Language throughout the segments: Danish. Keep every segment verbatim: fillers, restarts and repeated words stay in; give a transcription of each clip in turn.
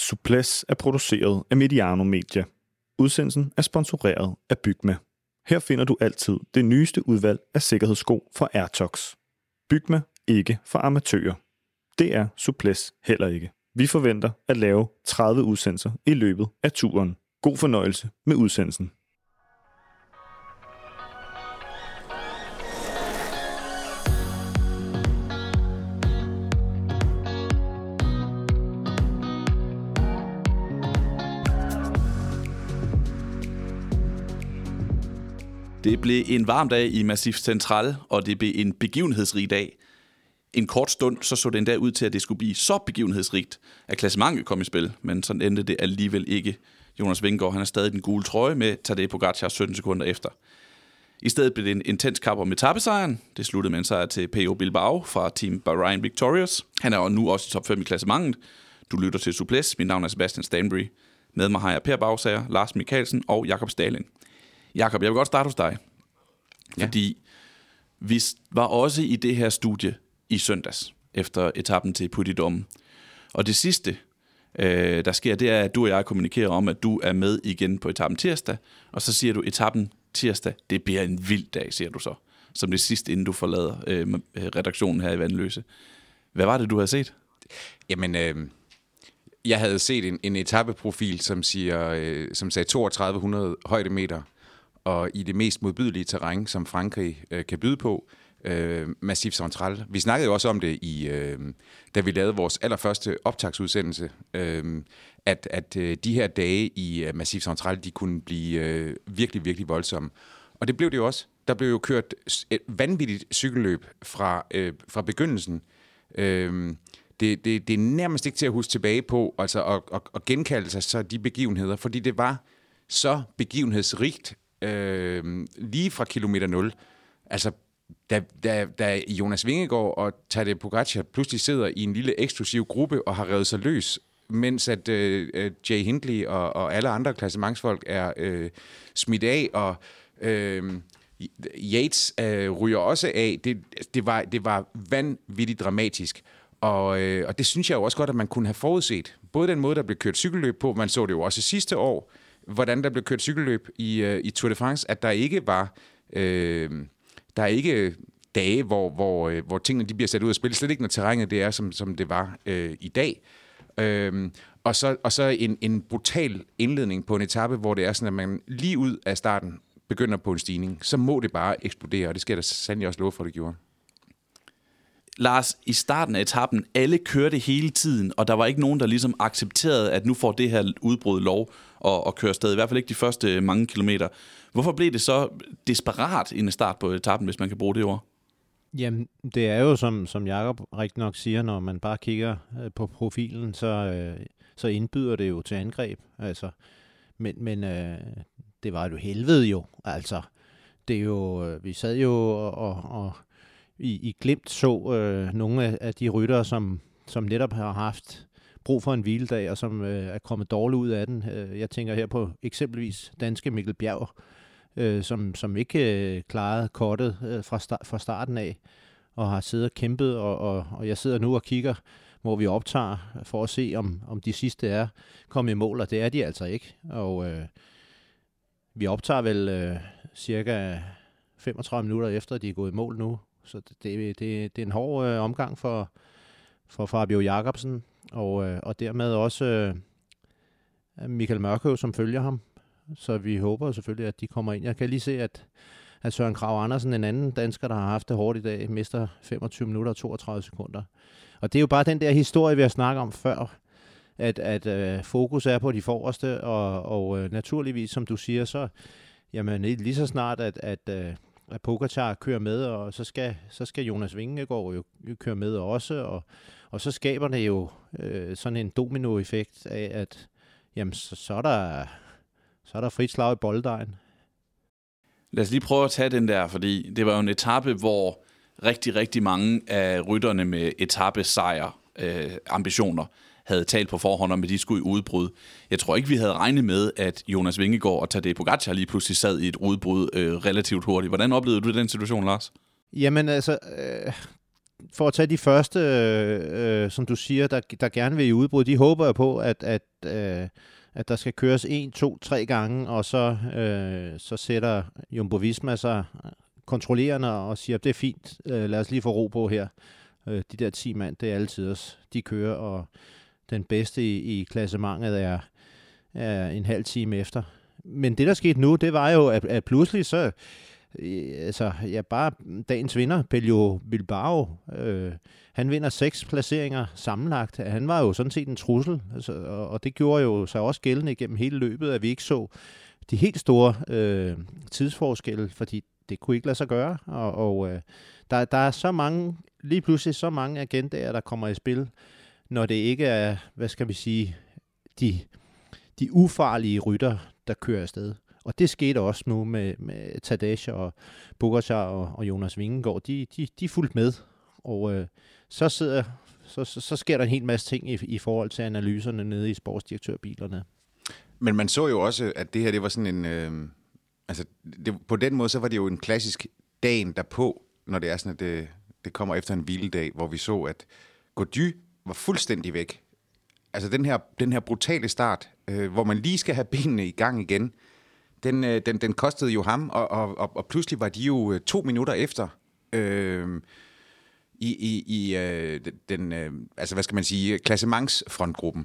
Souplesse er produceret af Mediano Media. Udsendelsen er sponsoreret af Bygma. Her finder du altid det nyeste udvalg af sikkerhedssko fra Airtox. Bygma, ikke for amatører. Det er Souplesse heller ikke. Vi forventer at lave tredive udsendelser i løbet af turen. God fornøjelse med udsendelsen. Det blev en varm dag i Massif Central, og det blev en begivenhedsrig dag. En kort stund så så det endda ud til, at det skulle blive så begivenhedsrigt, at klassementet kom i spil, men sådan endte det alligevel ikke. Jonas Vingegaard, han er stadig den gule trøje med Tadej Pogačar sytten sekunder efter. I stedet blev det en intens kamp om etapesejren. Det sluttede med en sejr til P O Bilbao fra Team Bahrain Victorious. Han er nu også i top fem i klassementet. Du lytter til Souplesse. Mit navn er Sebastian Stanbury. Med mig har jeg Per Bagsager, Lars Mikkelsen og Jakob Stalin. Jakob, jeg vil godt starte hos dig. Ja. Fordi vi var også i det her studie i søndags, efter etappen til Puy-de-Dôme. Og det sidste, øh, der sker, det er, at du og jeg kommunikerer om, at du er med igen på etappen tirsdag. Og så siger du, etappen tirsdag, det bliver en vild dag, siger du så. Som det sidste, inden du forlader øh, redaktionen her i Vandløse. Hvad var det, du havde set? Jamen, øh, jeg havde set en, en etapeprofil, som, siger, øh, som sagde toogtredive hundrede højdemeter. Og i det mest modbydelige terræn, som Frankrig øh, kan byde på, øh, Massif Central. Vi snakkede jo også om det, i, øh, da vi lavede vores allerførste optagsudsendelse, øh, at, at øh, de her dage i øh, Massif Central, de kunne blive øh, virkelig, virkelig voldsomme. Og det blev det jo også. Der blev jo kørt et vanvittigt cykelløb fra, øh, fra begyndelsen. Øh, det, det, det er nærmest ikke til at huske tilbage på, altså at, at, at genkalde sig så de begivenheder, fordi det var så begivenhedsrigt, Øh, lige fra kilometer nul. Altså, da, da, da Jonas Vingegaard og Tadej Pogačar pludselig sidder i en lille eksklusiv gruppe og har revet sig løs, mens at øh, Jay Hindley og, og alle andre klassementsfolk er øh, smidt af, og øh, Yates øh, ryger også af. Det, det, var, det var vanvittigt dramatisk. Og, øh, og det synes jeg jo også godt, at man kunne have forudset. Både den måde, der blev kørt cykelløb på, man så det jo også sidste år, hvordan der blev kørt cykelløb i, uh, i Tour de France, at der ikke var øh, der er ikke dage, hvor, hvor, øh, hvor tingene de bliver sat ud af spil. Slet ikke, når terrænet det er, som, som det var øh, i dag. Øh, og så, og så en, en brutal indledning på en etape, hvor det er sådan, at man lige ud af starten begynder på en stigning. Så må det bare eksplodere, og det skal der sandelig også love for, det gjorde. Lars, i starten af etappen, alle kørte hele tiden, og der var ikke nogen, der ligesom accepterede, at nu får det her udbrud lov at, at køre afsted. I hvert fald ikke de første mange kilometer. Hvorfor blev det så desperat i en start på etappen, hvis man kan bruge det ord? Jamen, det er jo, som, som Jakob rigtig nok siger, når man bare kigger øh, på profilen, så, øh, så indbyder det jo til angreb. Altså, men men øh, det var jo helvede jo. Altså, det er jo, øh, vi sad jo og... og, og I, i glimt så øh, nogle af, af de ryttere, som, som netop har haft brug for en hviledag, og som øh, er kommet dårligt ud af den. Jeg tænker her på eksempelvis danske Mikkel Bjerg, øh, som, som ikke øh, klarede kortet øh, fra, start, fra starten af, og har siddet og kæmpet, og, og, og jeg sidder nu og kigger, hvor vi optager, for at se, om, om de sidste er kommet i mål, og det er de altså ikke. Og øh, vi optager vel øh, cirka femogtredive minutter efter, at de er gået i mål nu. Så det, det, det er en hård øh, omgang for, for Fabio Jakobsen, og, øh, og dermed også øh, Michael Mørkøv, som følger ham. Så vi håber selvfølgelig, at de kommer ind. Jeg kan lige se, at, at Søren Kragh Andersen, en anden dansker, der har haft det hårdt i dag, mister femogtyve minutter og toogtredive sekunder. Og det er jo bare den der historie, vi har snakket om før, at, at øh, fokus er på de forreste, og, og øh, naturligvis, som du siger, så jamen, lige så snart, at... at øh, at Pogačar kører med, og så skal, så skal Jonas Vingegaard jo køre med også, og, og så skaber det jo øh, sådan en dominoeffekt af, at jamen, så, så, er der, så er der frit slag i bolddejen. Lad os lige prøve at tage den der, fordi det var jo en etape, hvor rigtig, rigtig mange af rytterne med etapesejr øh, ambitioner havde talt på forhånd om, at de skulle i udbrud. Jeg tror ikke, vi havde regnet med, at Jonas Vingegaard og Tadej Pogačar lige pludselig sad i et udbrud øh, relativt hurtigt. Hvordan oplevede du den situation, Lars? Jamen altså, øh, for at tage de første, øh, øh, som du siger, der, der gerne vil i udbrud, de håber jo på, at, at, øh, at der skal køres en, to, tre gange, og så, øh, så sætter Jumbo Visma sig kontrollerende og siger, det er fint, øh, lad os lige få ro på her. Øh, de der ti mand, det er altid os. De kører, og den bedste i, i klassementet er, er en halv time efter. Men det, der skete nu, det var jo, at, at pludselig så, øh, altså, ja, bare dagens vinder, Pello Bilbao, øh, han vinder seks placeringer sammenlagt. Han var jo sådan set en trussel, altså, og, og det gjorde jo sig også gældende igennem hele løbet, at vi ikke så de helt store øh, tidsforskelle, fordi det kunne ikke lade sig gøre, og, og øh, der, der er så mange, lige pludselig så mange agendaer, der kommer i spil, når det ikke er, hvad skal vi sige, de, de ufarlige rytter, der kører afsted. Og det skete også nu med, med Tadej og Pogačar og, og Jonas Vingegaard. De, de, de fulgte med, og øh, så, sidder, så, så, så sker der en hel masse ting i, i forhold til analyserne nede i sportsdirektørbilerne. Men man så jo også, at det her, det var sådan en... Øh, altså, det, på den måde, så var det jo en klassisk dagen derpå, når det er sådan, at det, det kommer efter en hviledag, hvor vi så, at Gaudu var fuldstændig væk. Altså den her, den her brutale start, øh, hvor man lige skal have benene i gang igen, den, øh, den, den kostede jo ham, og, og, og, og pludselig var de jo øh, to minutter efter øh, i, i, i øh, den, øh, altså hvad skal man sige, klassementsfrontgruppen.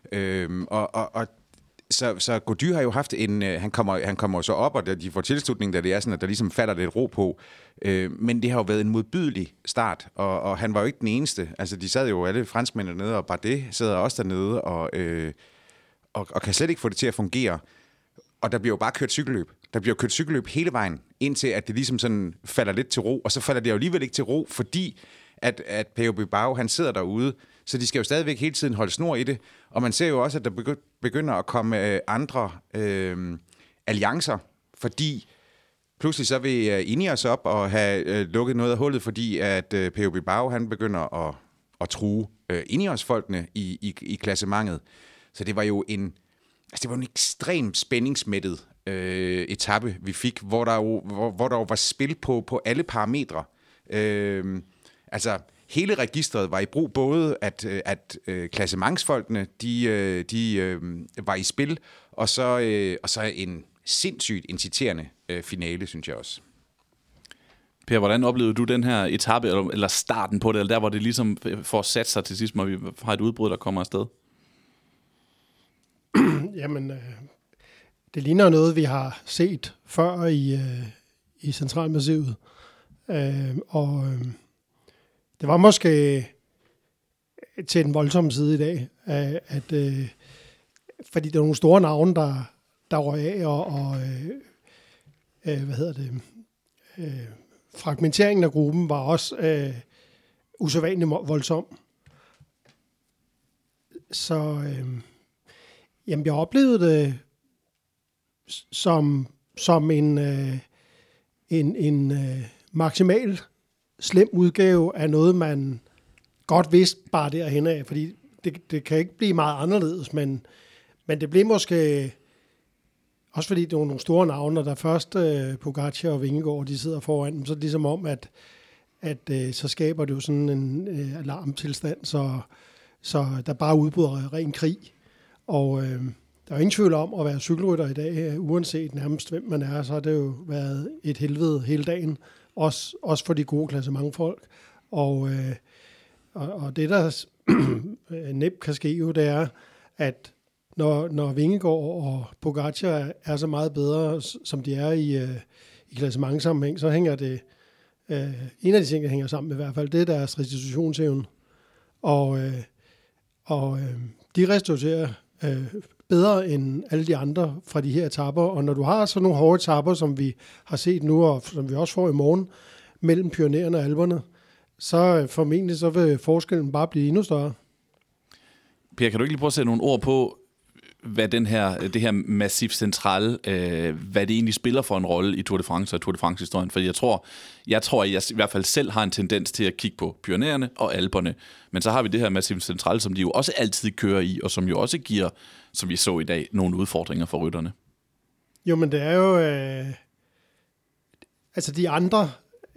Øh, og, og, og så, så Gaudu har jo haft en, øh, han kommer, han kommer så op, og de får tilslutning, da det er sådan, at der ligesom falder lidt ro på. Øh, men det har jo været en modbydelig start, og, og han var jo ikke den eneste. Altså, de sad jo alle franskmændene dernede, og Bardet sidder også dernede, og, øh, og, og kan slet ikke få det til at fungere. Og der bliver jo bare kørt cykelløb. Der bliver kørt cykelløb hele vejen, indtil at det ligesom sådan falder lidt til ro, og så falder det jo alligevel ikke til ro, fordi at, at Pello Bilbao, han sidder derude, så de skal jo stadigvæk hele tiden holde snor i det. Og man ser jo også, at der begynder at komme øh, andre øh, alliancer, fordi pludselig så vil uh, Ineos op og have uh, lukket noget af hullet, fordi at uh, Pello Bilbao, han begynder at, at true uh, Ineos-folkene i, i, i klassementet. Så det var jo en, altså det var en ekstremt spændingsmættet uh, etape, vi fik, hvor der jo, hvor, hvor der jo var spil på, på alle parametre. Uh, altså hele registret var i brug, både at, at uh, klassementsfolkene, de, uh, de uh, var i spil, og så, uh, og så en sindssygt inciterende øh, finale, synes jeg også. Per, hvordan oplevede du den her etape, eller, eller starten på det, eller der, hvor det ligesom får sat sig til sidst, når vi har et udbrud, der kommer afsted? Jamen, øh, det ligner noget, vi har set før i, øh, i Centralmassivet. Øh, og øh, det var måske til den voldsomme side i dag, øh, at, øh, fordi der er nogle store navne, der der røg af, og, og øh, øh, hvad hedder det, øh, fragmenteringen af gruppen var også øh, usædvanligt voldsom. Så øh, jamen, jeg oplevede det som, som en, øh, en, en øh, maksimal slem udgave af noget, man godt vidste bare derhen af, fordi det, det kan ikke blive meget anderledes, men, men det blev måske... Også fordi det var nogle store navne, der først øh, Pogačar og Vingegaard, de sidder foran dem, så er det ligesom om, at, at øh, så skaber det jo sådan en øh, alarmtilstand, så, så der bare udbryder ren krig. Og øh, der er ingen tvivl om at være cykelrytter i dag, øh, uanset nærmest hvem man er, så har det jo været et helvede hele dagen, også, også for de gode klassementfolk. Og, øh, og, og det, der nemt kan ske jo, det er, at Når, når Vingegaard og Pogačar er så meget bedre, som de er i, øh, i klassementssammenhæng, så hænger det, øh, en af de ting, der hænger sammen i hvert fald, det er deres restitutionsevne. Og, øh, og øh, de restituerer øh, bedre end alle de andre fra de her etapper. Og når du har sådan nogle hårde etapper, som vi har set nu, og som vi også får i morgen, mellem Pyrenæerne og Alperne, så øh, formentlig så vil forskellen bare blive endnu større. Per, kan du ikke lige prøve at sætte nogle ord på, hvad den her, det her Massif Central, øh, hvad det egentlig spiller for en rolle i Tour de France og Tour de France-historien? For jeg tror, jeg tror, at jeg i hvert fald selv har en tendens til at kigge på Pyrenæerne og Alperne, men så har vi det her Massif Central, som de jo også altid kører i, og som jo også giver, som vi så i dag, nogle udfordringer for rytterne. Jo, men det er jo... Øh, altså de andre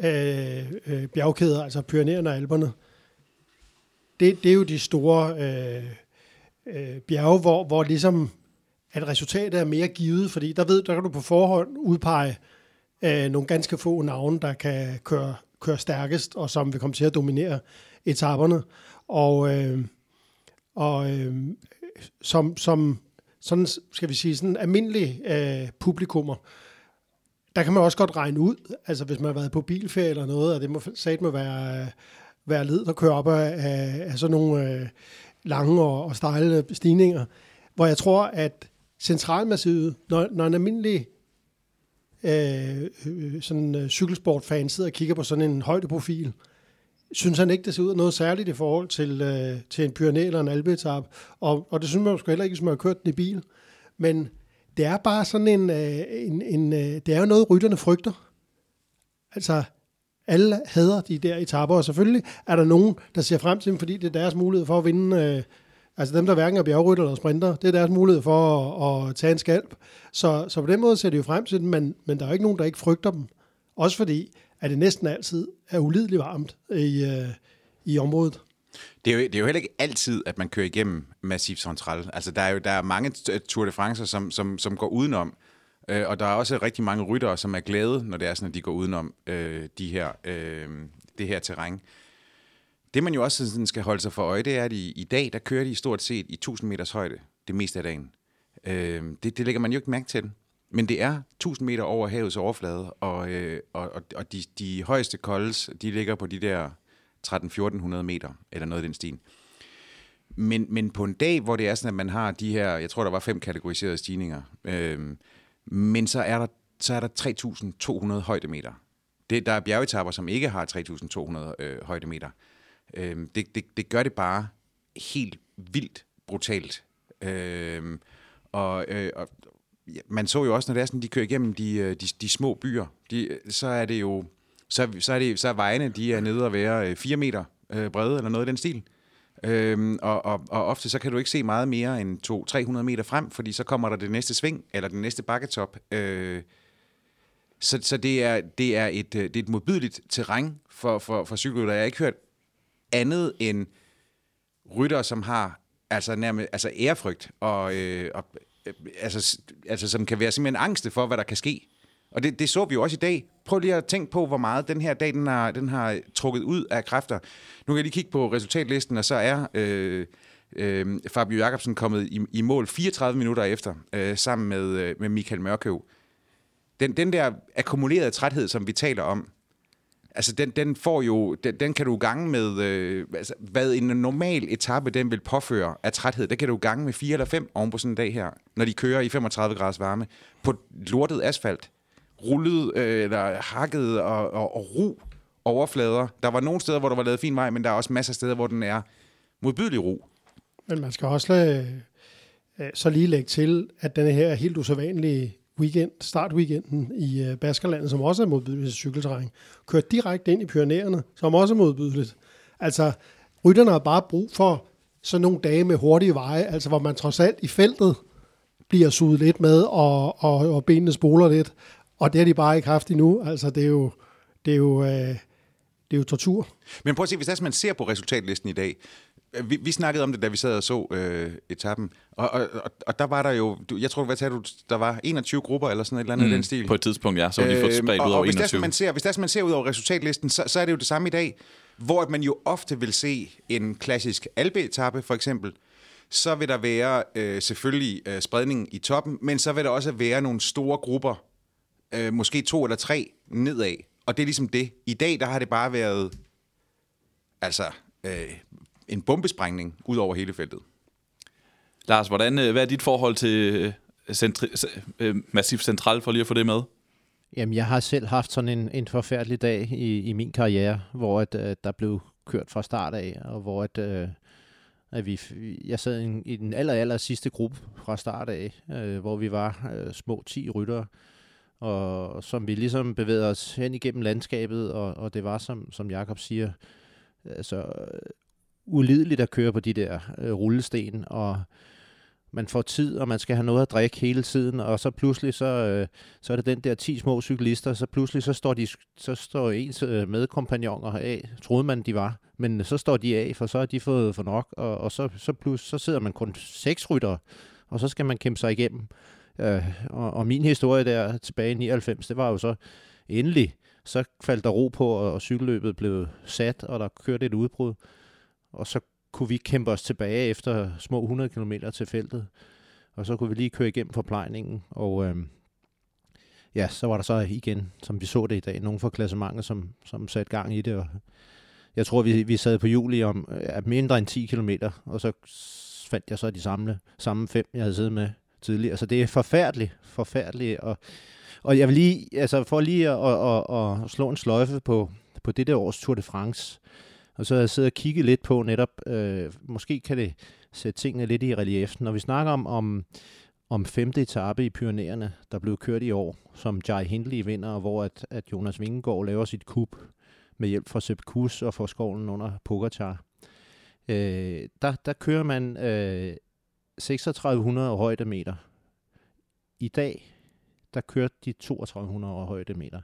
øh, øh, bjergkæder, altså Pyrenæerne og Alperne, det, det er jo de store øh, øh, bjerge, hvor, hvor ligesom at resultatet er mere givet, fordi der ved, der kan du på forhånd udpege øh, nogle ganske få navne, der kan køre, køre stærkest, og som vil komme til at dominere etaperne. Og, øh, og øh, som, som sådan, skal vi sige, sådan almindelige øh, publikummer, der kan man også godt regne ud, altså hvis man har været på bilferie eller noget, og det må satme være, være led, der kører op af, af, af sådan nogle øh, lange og, og stejle stigninger, hvor jeg tror, at centralmassivet, når, når en almindelig øh, sådan, øh, cykelsportfan sidder og kigger på sådan en højdeprofil, synes han ikke, det ser ud af noget særligt i forhold til, øh, til en Pyrenæ eller en alpeetape. Og, og det synes man måske heller ikke, hvis man har kørt den i bil. Men det er bare sådan en, øh, en, en øh, det er jo noget, rytterne frygter. Altså, alle hader de der etaper, og selvfølgelig er der nogen, der ser frem til dem, fordi det er deres mulighed for at vinde. Øh, altså dem, der hverken er bjergrytter eller sprinter, det er deres mulighed for at, at tage en skalp. Så, så på den måde ser de jo frem til dem, men, men der er jo ikke nogen, der ikke frygter dem. Også fordi, at det næsten altid er ulideligt varmt i, øh, i området. Det er, jo, det er jo heller ikke altid, at man kører igennem Massif Central. Altså, der er jo der er mange Tour de France, som, som, som går udenom. Øh, og der er også rigtig mange ryttere, som er glade, når det er sådan, at de går udenom øh, de her, øh, det her terræn. Det, man jo også sådan skal holde sig for øje, det er, at i, i dag, der kører de stort set i tusind meters højde det meste af dagen. Øh, det, det lægger man jo ikke mærke til. Men det er tusind meter over havets overflade, og, øh, og, og de, de højeste koldes, de ligger på de der tretten til fjorten hundrede meter, eller noget i den stil. Men, men på en dag, hvor det er sådan, at man har de her, jeg tror, der var fem kategoriserede stigninger, øh, men så er der, så er der tre tusind to hundrede højdemeter. Det, der er bjergetapper, som ikke har tre tusind to hundrede øh, højdemeter. Øh, det, det, det gør det bare helt vildt brutalt. Øh, og, øh, og man så jo også, når det er sådan, de kører igennem de, de, de små byer, de, så er det jo, så, så, er det, så er vejene, de er nede at være fire meter øh, brede, eller noget i den stil. Øhm, og, og, og ofte så kan du ikke se meget mere end to til tre hundrede meter frem, fordi så kommer der det næste sving, eller den næste bakketop. Øh, så så det, er, det, er et, det er et modbydeligt terræn for, for, for cykelrytter. Jeg har ikke hørt andet end rytter, som har altså nærmest altså ærefrygt, og, øh, og Altså, altså som kan være simpelthen angste for, hvad der kan ske. Og det, det så vi jo også i dag. Prøv lige at tænke på, hvor meget den her dag, den har, den har trukket ud af kræfter. Nu kan jeg lige kigge på resultatlisten, og så er øh, øh, Fabio Jakobsen kommet i, i mål fireogtredive minutter efter, øh, sammen med, øh, med Michael Mørkøv. Den, den der akkumulerede træthed, som vi taler om, altså den, den får jo, den, den kan du gange med, øh, altså, hvad en normal etape, den vil påføre af træthed, det kan du gange med fire eller fem oven på sådan en dag her, når de kører i femogtredive graders varme, på lortet asfalt, rullet, øh, eller hakket og, og, og ru overflader. Der var nogle steder, hvor der var lavet fin vej, men der er også masser af steder, hvor den er modbydelig ru. Men man skal også lade, øh, så lige lægge til, at denne her helt usædvanlige weekend, startweekenden i øh, Baskerlandet, som også er modbydeligt til cykelterræn, kørt direkte ind i Pyrenæerne, som også er modbydeligt. Altså, rytterne har bare brug for sådan nogle dage med hurtige veje, altså hvor man trods alt i feltet bliver suget lidt med, og, og, og benene spoler lidt, og det har de bare ikke haft endnu. Altså, det er jo, det er jo, øh, det er jo tortur. Men prøv at se, hvis man ser på resultatlisten i dag, Vi, vi snakkede om det, da vi sad og så øh, etappen, og, og, og, og der var der jo, jeg tror, hvad tager du, der var enogtyve grupper eller sådan et eller andet mm, i den stil. På et tidspunkt, ja, så har de fået spredt øh, ud og, over og hvis enogtyve. Der, man ser, hvis der, man ser ud over resultatlisten, så, så er det jo det samme i dag, hvor man jo ofte vil se en klassisk alpe-etappe, for eksempel, så vil der være øh, selvfølgelig øh, spredning i toppen, men så vil der også være nogle store grupper, øh, måske to eller tre nedad, og det er ligesom det. I dag, der har det bare været, altså... Øh, en bombesprængning ud over hele feltet. Lars, hvordan, hvad er dit forhold til centri- Massif Central, for lige at få det med? Jamen, jeg har selv haft sådan en, en forfærdelig dag i, i min karriere, hvor at, uh, der blev kørt fra start af, og hvor at, uh, at vi, jeg sad i, i den aller, aller sidste gruppe fra start af, uh, hvor vi var uh, små ti ryttere, og som vi ligesom bevægede os hen igennem landskabet, og, og det var, som, som Jakob siger, altså ulideligt at køre på de der øh, rullesten, og man får tid, og man skal have noget at drikke hele tiden, og så pludselig, så, øh, så er det den der ti små cyklister, så pludselig så står, de, så står ens øh, medkompagnoner af, troede man de var, men så står de af, for så har de fået for nok, og, og så, så, plus, så sidder man kun seks ryttere, og så skal man kæmpe sig igennem. Øh, og, og min historie der tilbage i nioghalvfems, det var jo så endelig, så faldt der ro på, og, og cykelløbet blev sat, og der kørte et udbrud, og så kunne vi kæmpe os tilbage efter små hundrede kilometer til feltet, og så kunne vi lige køre igennem forplejningen, og øh, ja, så var der så igen, som vi så det i dag, nogle fra klassementet, som, som satte gang i det, og jeg tror, vi, vi sad på hjul i om ja, mindre end ti kilometer, og så fandt jeg så de samme, samme fem, jeg havde siddet med tidligere, så det er forfærdeligt, forfærdeligt, og, og jeg vil lige, altså for lige at, at, at, at slå en sløjfe på, på det der års Tour de France, og så har jeg siddet og kigget lidt på netop, øh, måske kan det sætte tingene lidt i relief. Når vi snakker om, om, om femte etape i Pyrenæerne, der blev kørt i år, som Jai Hindley vinder, og hvor at, at Jonas Vingegaard laver sit kup med hjælp fra Sepp Kuss og får skovlen under Pogačar. Øh, der, der kører man øh, seksogtredive hundrede højdemeter. I dag, der kørte de toogtredive hundrede højdemeter.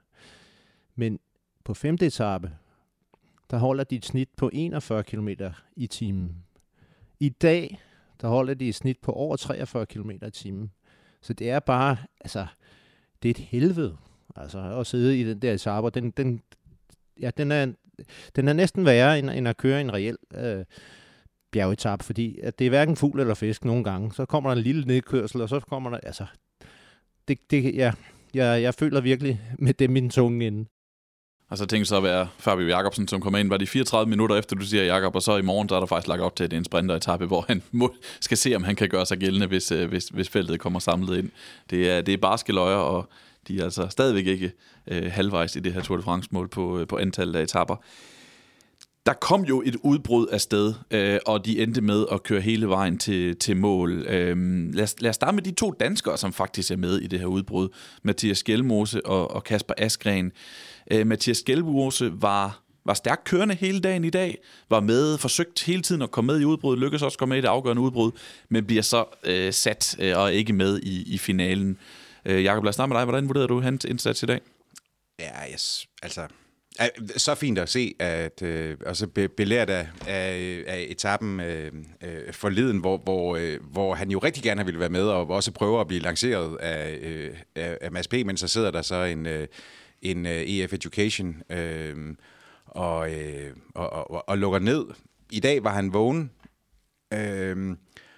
Men på femte etape, der holder de et snit på enogfyrre kilometer i timen. I dag, der holder de et snit på over treogfyrre kilometer i timen. Så det er bare, altså, det er et helvede, altså, at sidde i den der etape. Den, den, ja, den er, den er næsten værre, end, end at køre en reel øh, bjergetape, fordi at det er hverken fugl eller fisk nogle gange. Så kommer der en lille nedkørsel, og så kommer der, altså, det, det, ja, jeg, jeg føler virkelig med dem i den tunge ende. Og så tænkte så at være Fabio Jakobsen, som kommer ind, var de fireogtredive minutter efter, du siger Jakob, og så i morgen, så er der faktisk lagt op til, at det er en sprinteretappe, hvor han må, skal se, om han kan gøre sig gældende, hvis, hvis, hvis feltet kommer samlet ind. Det er, det er barske løjer, og de er altså stadigvæk ikke øh, halvvejs i det her Tour de France-mål på, på antallet af etapper. Der kom jo et udbrud af sted, øh, og de endte med at køre hele vejen til, til mål. Øh, lad, os, lad os starte med de to danskere, som faktisk er med i det her udbrud. Mathias Skjelmose og, og Kasper Asgreen. Øh, Mathias Skjelmose var, var stærkt kørende hele dagen i dag, var med, forsøgt hele tiden at komme med i udbruddet, lykkedes også at komme med i det afgørende udbrud, men bliver så øh, sat øh, og ikke med i, i finalen. Øh, Jakob, lad os starte med dig. Hvordan vurderer du hans indsats i dag? Ja, yes, altså... Så fint at se, at øh, også be, belært af, af, af etappen øh, øh, forleden, hvor, hvor, øh, hvor han jo rigtig gerne ville være med, og også prøver at blive lanceret af, øh, af, af Mads P., men så sidder der så en, øh, en øh, E F Education øh, og, øh, og, og, og lukker ned. I dag var han vågen, øh,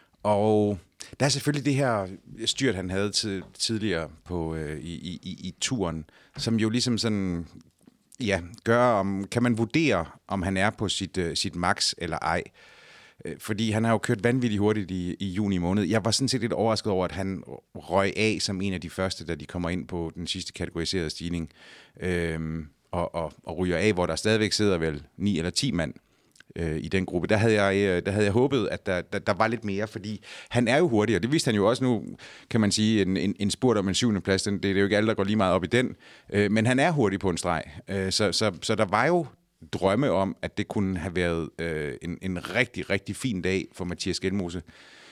og der er selvfølgelig det her styrt, han havde tid, tidligere på, øh, i, i, i turen, som jo ligesom sådan... Ja, gør om, kan man vurdere, om han er på sit, uh, sit max eller ej. Uh, fordi han har jo kørt vanvittigt hurtigt i, i juni måned. Jeg var sådan set lidt overrasket over, at han røg af som en af de første, da de kommer ind på den sidste kategoriserede stigning. Uh, og, og, og ryger af, hvor der stadigvæk sidder vel ni eller ti mand uh, i den gruppe. Der havde jeg, der havde jeg håbet, at der, der, der var lidt mere, fordi han er jo hurtig, og det vidste han jo også nu, kan man sige, en, en, en spurt om en syvende plads, det, det er jo ikke alle, der går lige meget op i den, øh, men han er hurtig på en streg, øh, så, så, så der var jo drømme om, at det kunne have været øh, en, en rigtig, rigtig fin dag for Mathias Skjelmose.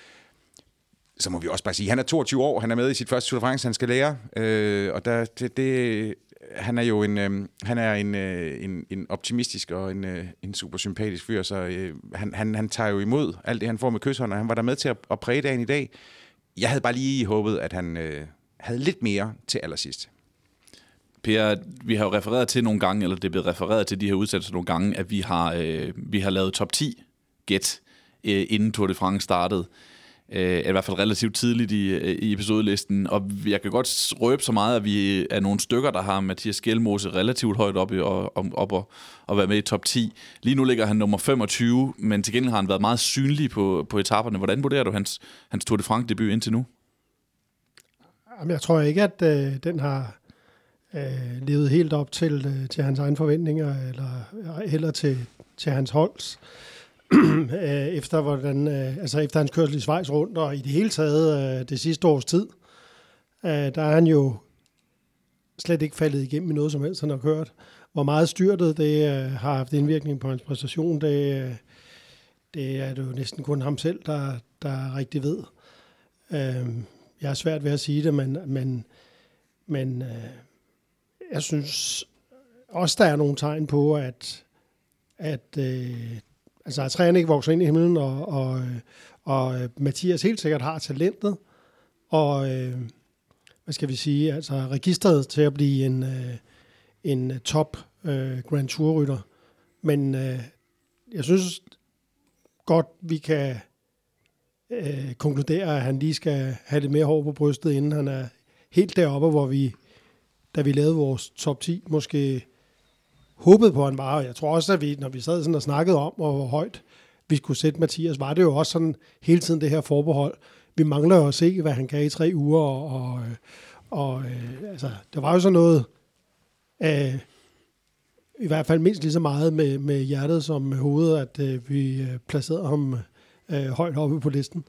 Så må vi også bare sige, han er toogtyve år, han er med i sit første Tour de France, han skal lære, øh, og der, det, det, han er jo en, øh, han er en, øh, en, en optimistisk og en, øh, en super sympatisk fyr, så øh, han, han, han tager jo imod alt det, han får med kysshånd, og han var der med til at, at præge dagen i dag. Jeg havde bare lige håbet, at han øh, havde lidt mere til allersidst. Per, vi har jo refereret til nogle gange, eller det er blevet refereret til de her udsendelser nogle gange, at vi har, øh, vi har lavet top ti gæt, øh, inden Tour de France startede. Øh, I hvert fald relativt tidligt i, i episodelisten, og jeg kan godt røbe så meget, at vi er nogle stykker, der har Mathias Skjelmose relativt højt oppe og, op og, og være med i top ti. Lige nu ligger han nummer femogtyve, men til gengæld har han været meget synlig på, på etaperne. Hvordan vurderer du hans, hans Tour de France-debut indtil nu? Jamen, jeg tror ikke, at øh, den har øh, levet helt op til, øh, til hans egne forventninger, eller heller til, til hans holds. efter, hvordan, øh, altså efter hans kørsel i Schweiz rundt, og i det hele taget øh, det sidste års tid, øh, der er han jo slet ikke faldet igennem i noget som helst, han har kørt. Hvor meget styrtet det øh, har haft indvirkning på hans præstation, det, øh, det er det jo næsten kun ham selv, der, der rigtig ved. Øh, jeg er svært ved at sige det, men, men, men øh, jeg synes også, der er nogle tegn på, at, at øh, altså, at træerne ikke vokser ind i himlen, og, og, og Mathias helt sikkert har talentet, og øh, hvad skal vi sige, altså registret til at blive en, øh, en top øh, Grand Tour-rytter. Men øh, jeg synes godt, vi kan øh, konkludere, at han lige skal have lidt mere hår på brystet, inden han er helt deroppe, hvor vi, da vi lavede vores top ti, måske håbede på, at han var. Og jeg tror også, at vi, når vi sad sådan og snakkede om, hvor højt vi skulle sætte Mathias, var det jo også sådan hele tiden det her forbehold. Vi mangler jo at se, hvad han kan i tre uger, og, og, og øh, altså, der var jo sådan noget af, i hvert fald mindst lige så meget med, med hjertet som med hovedet, at øh, vi øh, placerede ham øh, højt oppe på listen.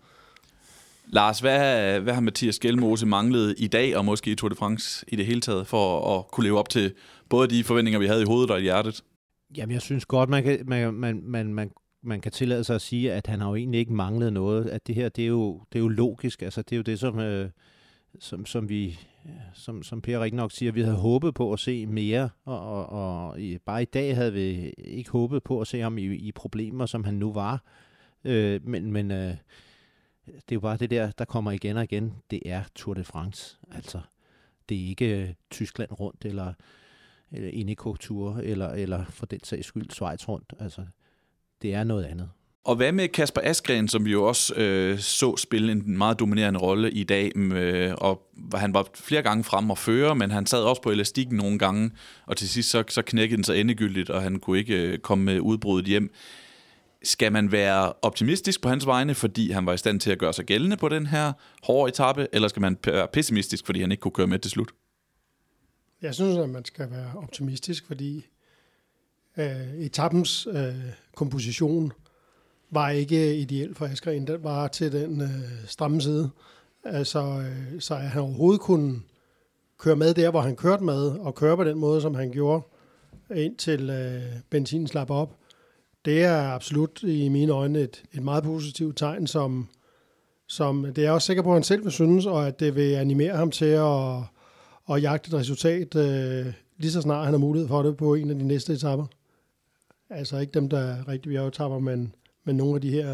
Lars, hvad, hvad har Mathias Gjelmose manglet i dag, og måske i Tour de France i det hele taget, for at kunne leve op til både de forventninger, vi havde i hovedet og i hjertet? Jamen, jeg synes godt, man kan, man, man, man, man, man kan tillade sig at sige, at han har jo egentlig ikke manglet noget. At det her, det er jo, det er jo logisk. Altså, det er jo det, som, øh, som, som vi, som, som Per rigtig nok siger, vi havde håbet på at se mere, og, og, og i, bare i dag havde vi ikke håbet på at se ham i, i problemer, som han nu var. Øh, men men øh, det er jo bare det der, der kommer igen og igen. Det er Tour de France. Altså, det er ikke øh, Tyskland rundt, eller, eller Ineco-tur, eller, eller for den sags skyld Schweiz rundt. Altså, det er noget andet. Og hvad med Kasper Asgreen, som vi jo også øh, så spille en meget dominerende rolle i dag, øh, og han var flere gange frem og føre, men han sad også på elastikken nogle gange, og til sidst så, så knækkede den sig endegyldigt, og han kunne ikke øh, komme med udbruddet hjem. Skal man være optimistisk på hans vegne, fordi han var i stand til at gøre sig gældende på den her hårde etape, eller skal man være pessimistisk, fordi han ikke kunne køre med til slut? Jeg synes, at man skal være optimistisk, fordi øh, etapens øh, komposition var ikke ideel for Asgreen. Den var til den øh, stramme side. Altså, øh, så at han overhovedet kunne køre med der, hvor han kørte med, og køre på den måde, som han gjorde, indtil øh, benzinen slap op, det er absolut i mine øjne et, et meget positivt tegn, som, som det er jeg også sikker på, at han selv vil synes, og at det vil animere ham til at, at jagte et resultat, øh, lige så snart han har mulighed for det på en af de næste etapper. Altså ikke dem, der er rigtig bjergetapper, men, men nogle af de her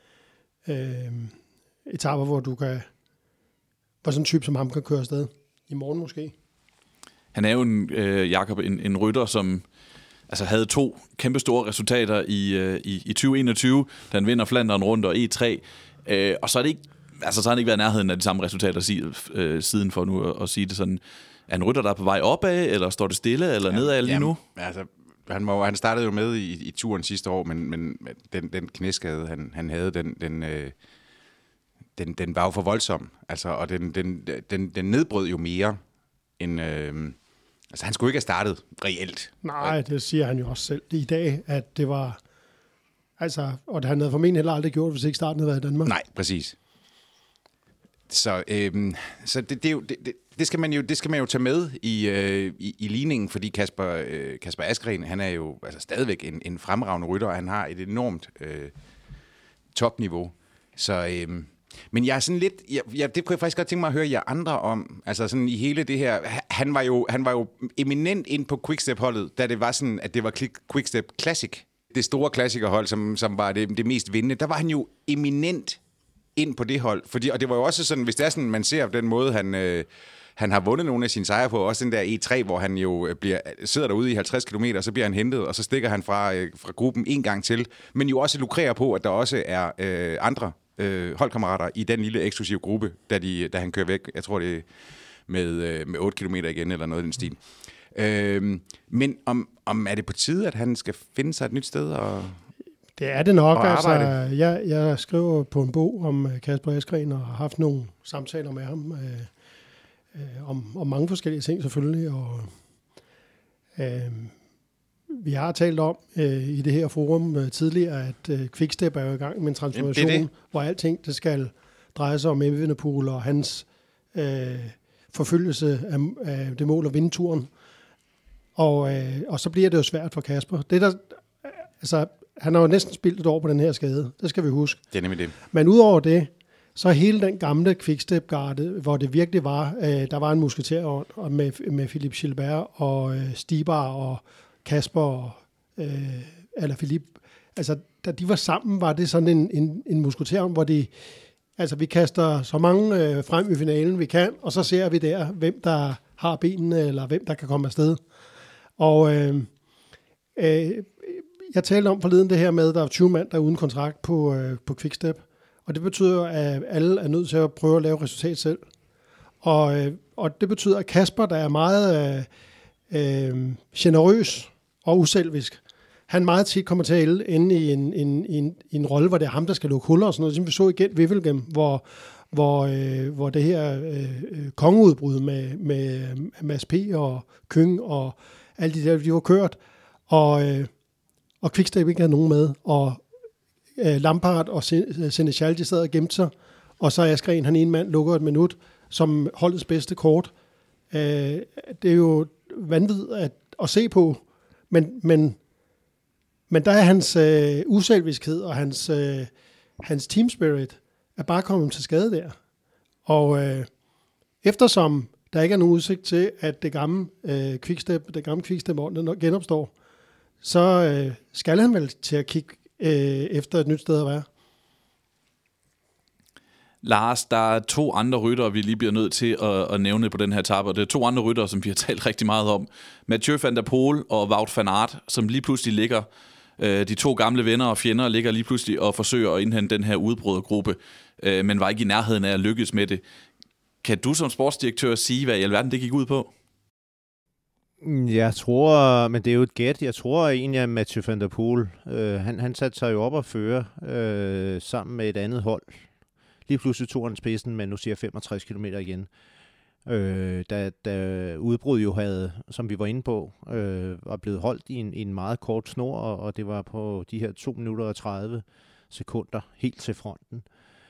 øh, etapper, hvor du kan, hvor sådan en type som ham kan køre afsted. I morgen måske. Han er jo en, øh, Jakob, en, en rytter, som altså havde to kæmpe store resultater i, øh, i, i tyve enogtyve, da han vinder Flandern rundt og E tre. Øh, og så er det ikke, altså så har han ikke været i nærheden af de samme resultater øh, siden, for nu at, at sige det sådan. Er han rytter, der er på vej opad, eller står det stille, eller ja, nedad lige nu? Altså, han, må, han startede jo med i, i turen sidste år, men, men den, den knæskade, han, han havde, den, den, øh, den, den var jo for voldsom. Altså, og den, den, den, den nedbrød jo mere end... Øh, altså, han skulle ikke have startet reelt. Nej, det siger han jo også selv i dag, at det var... Altså, og han havde formentlig heller aldrig gjort, hvis ikke starten havde været i Danmark. Nej, præcis. Så, øhm, så det, det, er jo, det, det, skal man jo, det skal man jo tage med i, øh, i, i ligningen, fordi Kasper, øh, Kasper Asgreen, han er jo altså stadigvæk en, en fremragende rytter, og han har et enormt øh, topniveau. Så, øh, men jeg er sådan lidt, jeg, jeg, det kunne jeg faktisk godt tænke mig at høre jer andre om, altså sådan i hele det her, han var jo, han var jo eminent ind på Quickstep-holdet, da det var sådan, at det var Quickstep Classic, det store klassikerhold, som, som var det, det mest vindende, der var han jo eminent ind på det hold. Fordi, og det var jo også sådan, hvis det er sådan, man ser på den måde, han, øh, han har vundet nogle af sine sejre på, også den der E tre, hvor han jo bliver, sidder derude i halvtreds kilometer, så bliver han hentet, og så stikker han fra, øh, fra gruppen en gang til. Men jo også lukrerer på, at der også er øh, andre øh, holdkammerater i den lille eksklusive gruppe, da, de, da han kører væk. Jeg tror, det er med, øh, med otte kilometer igen, eller noget i den stil. Øh, men om, om er det på tide, at han skal finde sig et nyt sted og... Det er det nok. Altså, jeg, jeg skriver på en bog om Kasper Asgreen og har haft nogle samtaler med ham øh, øh, om, om mange forskellige ting selvfølgelig. Og, øh, vi har talt om øh, i det her forum øh, tidligere, at øh, Quickstep er jo i gang med en transformation, det det. hvor alting det skal dreje sig om Evenepoel og hans øh, forfølgelse af, af det mål at vinde turen. Og, øh, og så bliver det jo svært for Kasper. Det der, altså... Han har jo næsten spildt et år på den her skade. Det skal vi huske. Det er nemlig det. Men udover det, så hele den gamle Quickstep-garde, hvor det virkelig var, øh, der var en musketer og med, med Philippe Gilbert og øh, Stibar og Kasper og øh, eller Philippe, altså da de var sammen, var det sådan en, en, en musketer, hvor de, altså vi kaster så mange øh, frem i finalen, vi kan, og så ser vi der, hvem der har benene, eller hvem der kan komme afsted. Og øh, øh, jeg talte om forleden det her med, at der er tyve mand, der er uden kontrakt på, øh, på Quickstep. Og det betyder, at alle er nødt til at prøve at lave resultat selv. Og, øh, og det betyder, at Kasper, der er meget øh, øh, generøs og uselvisk, han meget tit kommer til at ælde inde i en, en, en, en rolle, hvor det er ham, der skal lukke huller og sådan noget. Som vi så igen Wevelgem, hvor, hvor, øh, hvor det her øh, kongeudbrud med, med Mads P. og Køng og alle de der, de var kørt. Og, øh, og Quickstep ikke havde nogen med. Og øh, Lampard og Seneschal, de sad og gemte sig. Og så Askren, han en mand, lukker et minut, som holdets bedste kort. Øh, det er jo vanvittigt at, at se på. Men, men Men der er hans øh, uselviskhed og hans, øh, hans team spirit er bare kommet til skade der. Og øh, eftersom der ikke er nogen udsigt til, at det gamle øh, Quickstep, det gamle Quickstep-ånd genopstår, så øh, skal han vel til at kigge øh, efter et nyt sted at være. Lars, der er to andre ryttere, vi lige bliver nødt til at, at nævne på den her etape, og det er to andre ryttere, som vi har talt rigtig meget om. Mathieu van der Poel og Wout van Aert, som lige pludselig ligger, øh, de to gamle venner og fjender, ligger lige pludselig og forsøger at indhente den her udbrudgruppe, øh, men var ikke i nærheden af at lykkes med det. Kan du som sportsdirektør sige, hvad i alverden det gik ud på? Jeg tror, men det er jo et gæt, jeg tror egentlig, at Mathieu van der Poel, øh, han, han satte sig jo op og føre øh, sammen med et andet hold. Lige pludselig tog han spidsen, men nu siger femogtres kilometer igen. Øh, da, da udbrud jo havde, som vi var inde på, øh, var blevet holdt i en, i en meget kort snor, og, og det var på de her to minutter og tredive sekunder helt til fronten.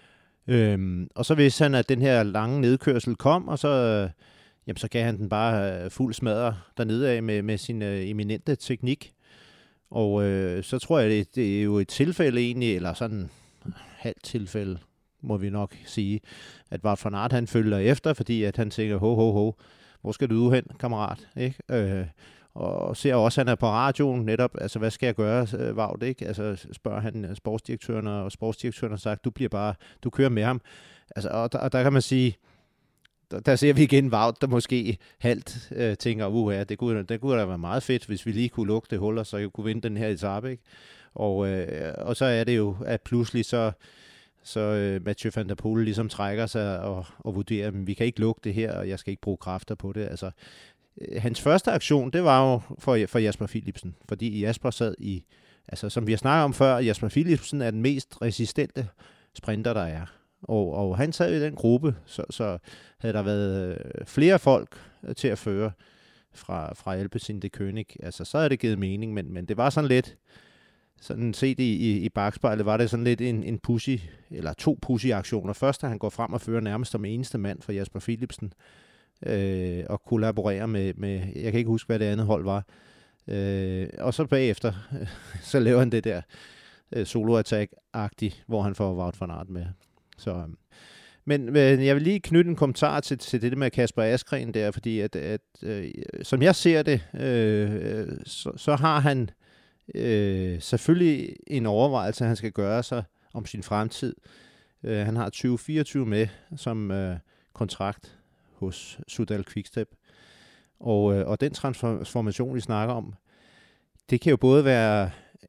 Øh, og så vidste han, at den her lange nedkørsel kom, og så, øh, jamen, så gav han den bare fuld smadre dernede af med, med sin øh, eminente teknik. Og øh, så tror jeg, det, det er jo et tilfælde egentlig, eller sådan halvt tilfælde, må vi nok sige, at Wout van Aert, han følger efter, fordi at han tænker, ho, ho, ho, hvor skal du hen, kammerat? Ikke? Øh, og ser også, at han er på radioen netop, altså hvad skal jeg gøre, Wout, ikke? Altså spørger han sportsdirektøren, og sportsdirektøren har sagt, du bliver bare, du kører med ham. Altså, og, der, og der kan man sige, der, der ser vi igen Wout, der måske halvt øh, tænker, uha, det kunne, det kunne da være meget fedt, hvis vi lige kunne lukke det hul, og så kunne vinde den her etape, ikke? Og, øh, og så er det jo, at pludselig så så øh, Mathieu van der Poel ligesom trækker sig og, og vurderer, at vi kan ikke lukke det her, og jeg skal ikke bruge kræfter på det. Altså, øh, hans første aktion, det var jo for, for Jasper Philipsen, fordi Jasper sad i, altså som vi har snakket om før, Jasper Philipsen er den mest resistente sprinter, der er. Og, og han sad i den gruppe, så, så havde der været øh, flere folk til at føre fra, fra Alpecin de König. Altså, så havde det givet mening, men, men det var sådan lidt, sådan set i, i, i bakspejlet, var det sådan lidt en, en pussy, eller to pussy-aktioner. Først, at han går frem og fører nærmest som eneste mand for Jasper Philipsen, øh, og kollaborerer med, med, jeg kan ikke huske, hvad det andet hold var. Øh, og så bagefter, øh, så laver han det der øh, solo-attack-agtigt, hvor han får Wout van Aert med. Så, men, men jeg vil lige knytte en kommentar til, til det med Kasper Askren der, fordi at, at øh, som jeg ser det, øh, så, så har han Øh, selvfølgelig en overvejelse, han skal gøre sig om sin fremtid. Øh, han har tyve fireogtyve med som øh, kontrakt hos Soudal Quickstep. Og, øh, og den transformation, vi snakker om, det kan jo både være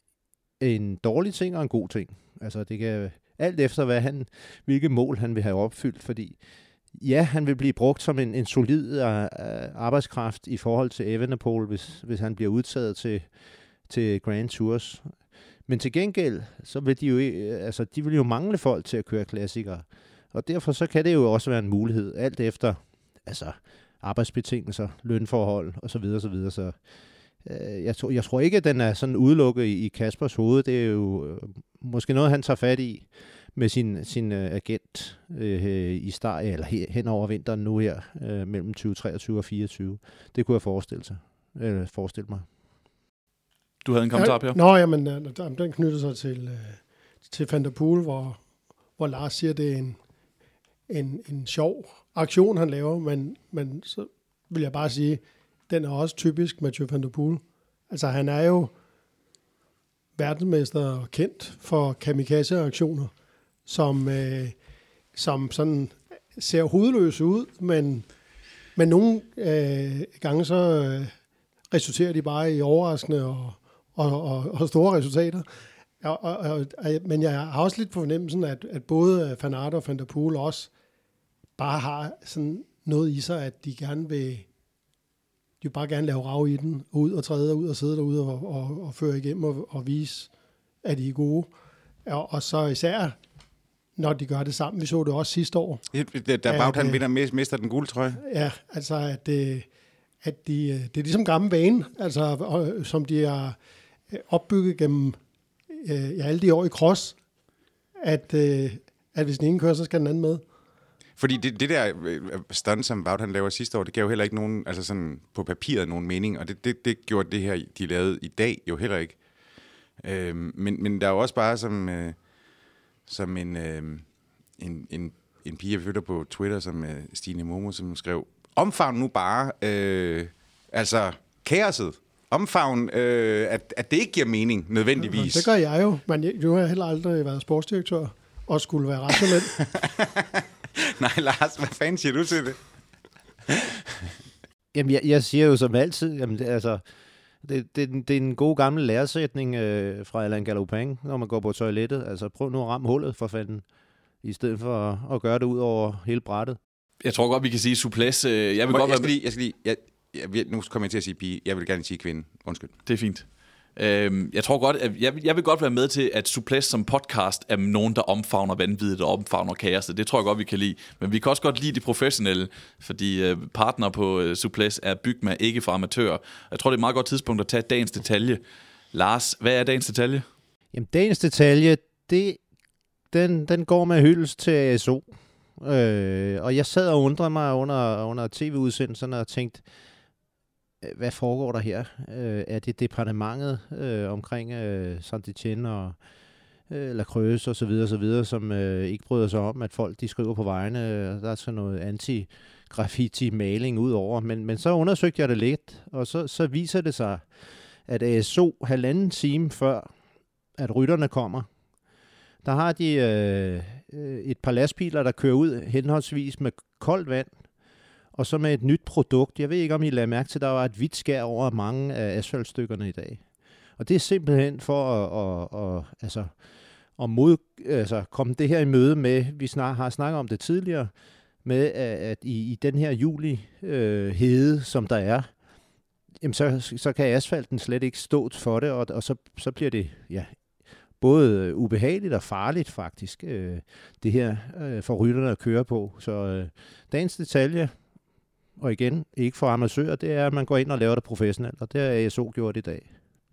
en dårlig ting og en god ting. Altså det kan alt efter, hvad han, hvilke mål han vil have opfyldt, fordi ja, han vil blive brugt som en, en solid arbejdskraft i forhold til Evenepoel, hvis, hvis han bliver udtaget til til Grand Tours. Men til gengæld, så vil de jo, altså, de vil jo mangle folk til at køre klassikere. Og derfor så kan det jo også være en mulighed, alt efter altså, arbejdsbetingelser, lønforhold osv. osv. Så øh, jeg, tror, jeg tror ikke, at den er sådan udelukket i, i Kaspers hoved. Det er jo øh, måske noget, han tager fat i med sin, sin øh, agent øh, i start, eller hen over vinteren nu her, øh, mellem tyve treogtyve og fireogtyve. Det kunne jeg forestille, sig, øh, forestille mig. Du havde en kommentar, Per? Ja, nå, jamen, den knytter sig til, til Van der Poel, hvor, hvor Lars siger, at det er en, en, en sjov aktion, han laver, men, men så vil jeg bare sige, den er også typisk Mathieu van der Poel. Altså han er jo verdensmester og kendt for kamikaze-aktioner, som, øh, som sådan ser hovedløse ud, men, men nogle øh, gange så øh, resulterer de bare i overraskende og, og, og, og store resultater. Og, og, og, men jeg har også lidt på fornemmelsen, at, at både Van Aert og Van der Poel også bare har sådan noget i sig, at de gerne vil, de vil bare gerne lave rav i den, ud og træde og ud og sidde derude og, og, og føre igennem og, og vise, at de er gode. Og, og så især, når de gør det sammen. Vi så det også sidste år. Da Wout han vinder, mister den gule trøje. Ja, altså at, at de, det er ligesom gammel vane, altså, som de har opbygget gennem ja, alle de år i cross, at, at hvis den ene kører, så skal den anden med. Fordi det, det der stunt, som Wout han laver sidste år, det gav jo heller ikke nogen, altså sådan på papiret nogen mening, og det, det, det gjorde det her, de lavede i dag, jo heller ikke. Øhm, men, men der er jo også bare som, øh, som en, øh, en, en, en pige, jeg følger på Twitter, som øh, Stine Momo, som skrev, omfavn nu bare, øh, altså kaoset, omfavn, øh, at, at det ikke giver mening nødvendigvis. Det gør jeg jo, men jeg, nu har jeg heller aldrig været sportsdirektør, og skulle være rationel. Nej, Lars, hvad fanden siger du til det? Jamen, jeg, jeg siger jo som altid, jamen, det, altså, det, det, det er en god gammel læresætning øh, fra Alain Galopin, når man går på toilettet. Altså, prøv nu at ramme hullet for fanden, i stedet for at, at gøre det ud over hele brættet. Jeg tror godt, vi kan sige Souplesse. Øh, jeg vil Må, godt jeg skal være... lige, jeg skal lige, jeg, jeg, nu kommer jeg til at sige pige. Jeg vil gerne sige kvinde. Undskyld. Det er fint. Øhm, jeg tror godt, at jeg, jeg vil godt være med til, at Souplesse som podcast er nogen, der omfavner vanvittigt og omfavner kaos. Det tror jeg godt, vi kan lide. Men vi kan også godt lide de professionelle, fordi øh, partner på øh, Souplesse er Bygma, ikke for amatører. Jeg tror, det er et meget godt tidspunkt at tage dagens detalje. Lars, hvad er dagens detalje? Jamen, dagens detalje, det, den, den går med hyldest til A S O. Øh, og jeg sad og undrede mig under, under tv-udsendelserne og tænkte, hvad foregår der her? Øh, er det departementet øh, omkring øh, Saint-Etienne og øh, La Creuse og så videre, så videre, som øh, ikke bryder sig om, at folk de skriver på vejene. Der er sådan noget anti-graffiti-maling ud over. Men, men så undersøgte jeg det lidt, og så, så viser det sig, at A S O halvanden time før, at rytterne kommer, der har de øh, et par lastbiler, der kører ud henholdsvis med koldt vand, og så med et nyt produkt. Jeg ved ikke, om I lader mærke til, at der var et hvidt skær over mange af asfaltstykkerne i dag. Og det er simpelthen for at, at, at, altså, at mod, altså, komme det her i møde med, vi snak, har snakket om det tidligere, med at, at i, i den her juli øh, hede, som der er, jamen så, så kan asfalten slet ikke stå for det, og, og så, så bliver det ja, både ubehageligt og farligt faktisk, øh, det her øh, for rytterne at køre på. Så øh, dagens detalje, og igen, ikke for amatører, det er, at man går ind og laver det professionelt, og det har A S O gjort i dag.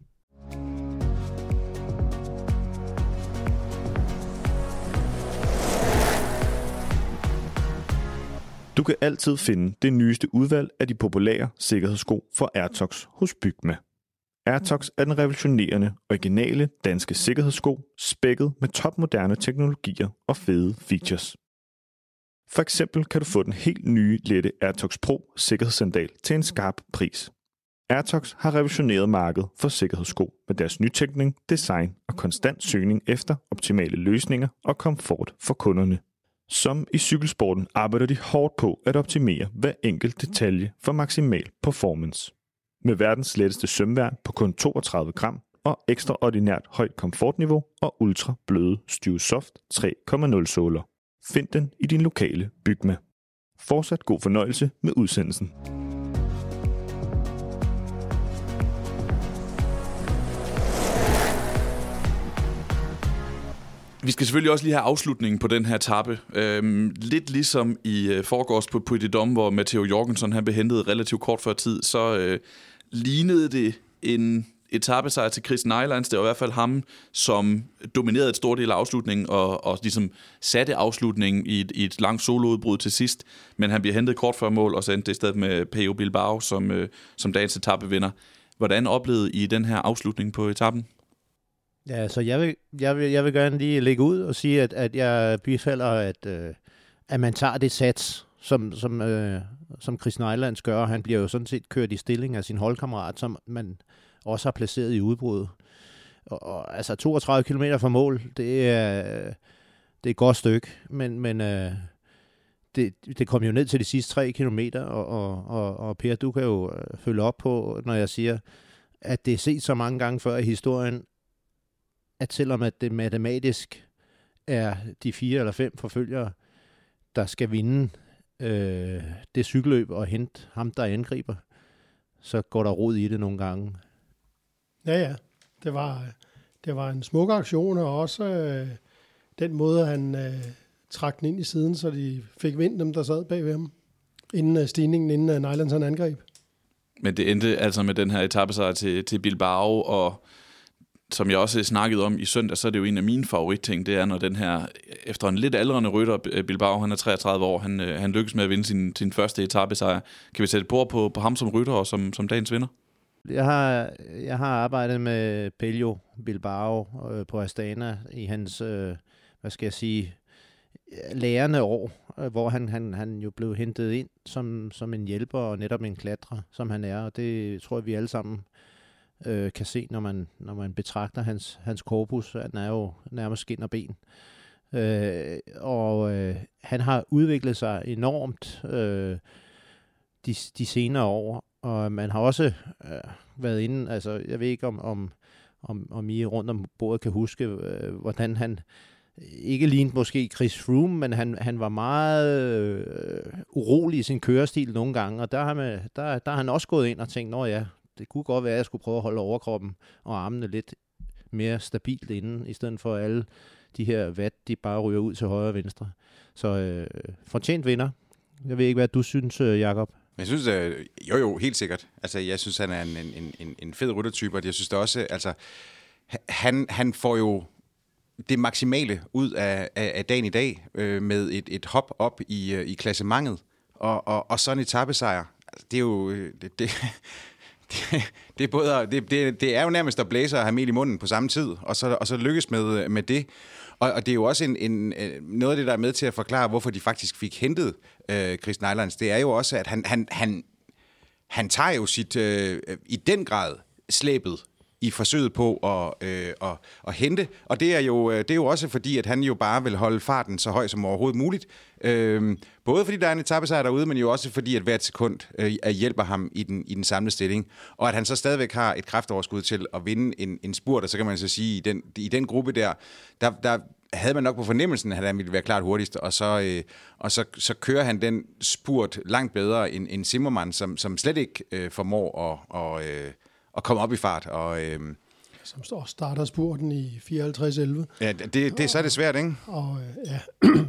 Du kan altid finde det nyeste udvalg af de populære sikkerhedssko for Airtox hos Bygma. Airtox er den revolutionerende, originale danske sikkerhedssko, spækket med topmoderne teknologier og fede features. For eksempel kan du få den helt nye lette Airtox Pro sikkerhedssandal til en skarp pris. Airtox har revolutioneret markedet for sikkerhedssko med deres nytænkning, design og konstant søgning efter optimale løsninger og komfort for kunderne. Som i cykelsporten arbejder de hårdt på at optimere hver enkelt detalje for maksimal performance. Med verdens letteste sømværn på kun toogtredive gram og ekstraordinært højt komfortniveau og ultra bløde StuSoft tre komma nul såler. Find den i din lokale Bygma. Fortsat god fornøjelse med udsendelsen. Vi skal selvfølgelig også lige have afslutningen på den her etape. Øhm, lidt ligesom i øh, forgårs på Puy de Dôme, hvor Matteo Jorgensen han blev hentet relativt kort før tid, så øh, lignede det en etapesejr til Chris Nylands. Det var i hvert fald ham, som dominerede et stort del af afslutningen og, og ligesom satte afslutningen i et, i et langt soloudbrud til sidst. Men han bliver hentet kort før mål, og så endte det i stedet med Pello Bilbao som, øh, som dagens etapevinder. Hvordan oplevede I den her afslutning på etappen? Ja, så jeg vil, jeg vil, jeg vil gerne lige lægge ud og sige, at, at jeg bifalder, at, øh, at man tager det sats, som, som, øh, som Chris Neilands gør. Han bliver jo sådan set kørt i stilling af sin holdkammerat, som man også har placeret i udbruddet. Og, og altså toogtredive kilometer fra mål, det er, det er et godt stykke, men, men øh, det, det kom jo ned til de sidste tre kilometer, og, og, og, og Per, du kan jo følge op på, når jeg siger, at det er set så mange gange før i historien, at selvom at det matematisk er de fire eller fem forfølgere, der skal vinde øh, det cykelløb og hente ham, der angriber, så går der rod i det nogle gange. Ja, ja. Det var, det var en smuk aktion, og også øh, den måde, han øh, trak den ind i siden, så de fik vind dem, der sad bag ved ham, inden øh, stigningen, inden øh, Neilands han angreb. Men det endte altså med den her etapesejr til, til Bilbao, og som jeg også snakkede om i søndag, så er det jo en af mine favoritting, det er, når den her, efter en lidt aldrende rytter, Bilbao, han er treogtredive år, han, han lykkes med at vinde sin, sin første etapesejr. Kan vi sætte på, på, på ham som rytter og som, som dagens vinder? Jeg har, jeg har arbejdet med Pello Bilbao øh, på Astana i hans, øh, hvad skal jeg sige, lærende år, øh, hvor han, han, han jo blev hentet ind som, som en hjælper og netop en klatrer, som han er, og det tror jeg, vi alle sammen øh, kan se, når man, når man betragter hans, hans korpus. Han er jo nærmest skin og ben. Øh, og øh, han har udviklet sig enormt øh, de, de senere år, og man har også øh, været inde, altså jeg ved ikke om, om, om, om I rundt om bordet kan huske, øh, hvordan han ikke lignede måske Chris Froome, men han, han var meget øh, urolig i sin kørestil nogle gange, og der har, man, der, der har han også gået ind og tænkt, nå ja, det kunne godt være, at jeg skulle prøve at holde overkroppen og armene lidt mere stabilt inden, i stedet for alle de her vat, de bare ryger ud til højre og venstre. Så øh, fortjent vinder. Jeg ved ikke, hvad du synes, Jakob. Jeg synes, øh, jo jo, helt sikkert. Altså, jeg synes, han er en, en, en, en fed ryttertype, og jeg synes også, altså, han, han får jo det maksimale ud af, af, af dagen i dag, øh, med et, et hop op i, i klassementet, og, og, og sådan en etapesejr. Altså, det er jo... Det, det, det, det, er både, det, det, det er jo nærmest at blæse og have mel i munden på samme tid, og så, og så lykkes med, med det. Og, og det er jo også en, en, noget af det, der er med til at forklare, hvorfor de faktisk fik hentet øh, Chris Neilands. Det er jo også, at han, han, han, han tager jo sit, øh, i den grad slæbet i forsøget på at, øh, at, at hente. Og det er, jo, det er jo også fordi, at han jo bare vil holde farten så høj som overhovedet muligt. Øh, både fordi der er en etapesejr derude, men jo også fordi, at hvert sekund øh, hjælper ham i den, i den samlede stilling. Og at han så stadigvæk har et kraftoverskud til at vinde en, en spurt, og så kan man så sige, i den, i den gruppe der, der, der havde man nok på fornemmelsen, at han ville være klart hurtigst, og så, øh, og så, så kører han den spurt langt bedre end, end Zimmermann, som, som slet ikke øh, formår at, og, øh, at komme op i fart. Og, øh, som står starter spurten i fireoghalvtreds elleve. Ja, det, det, så er det svært, ikke? Og øh, ja,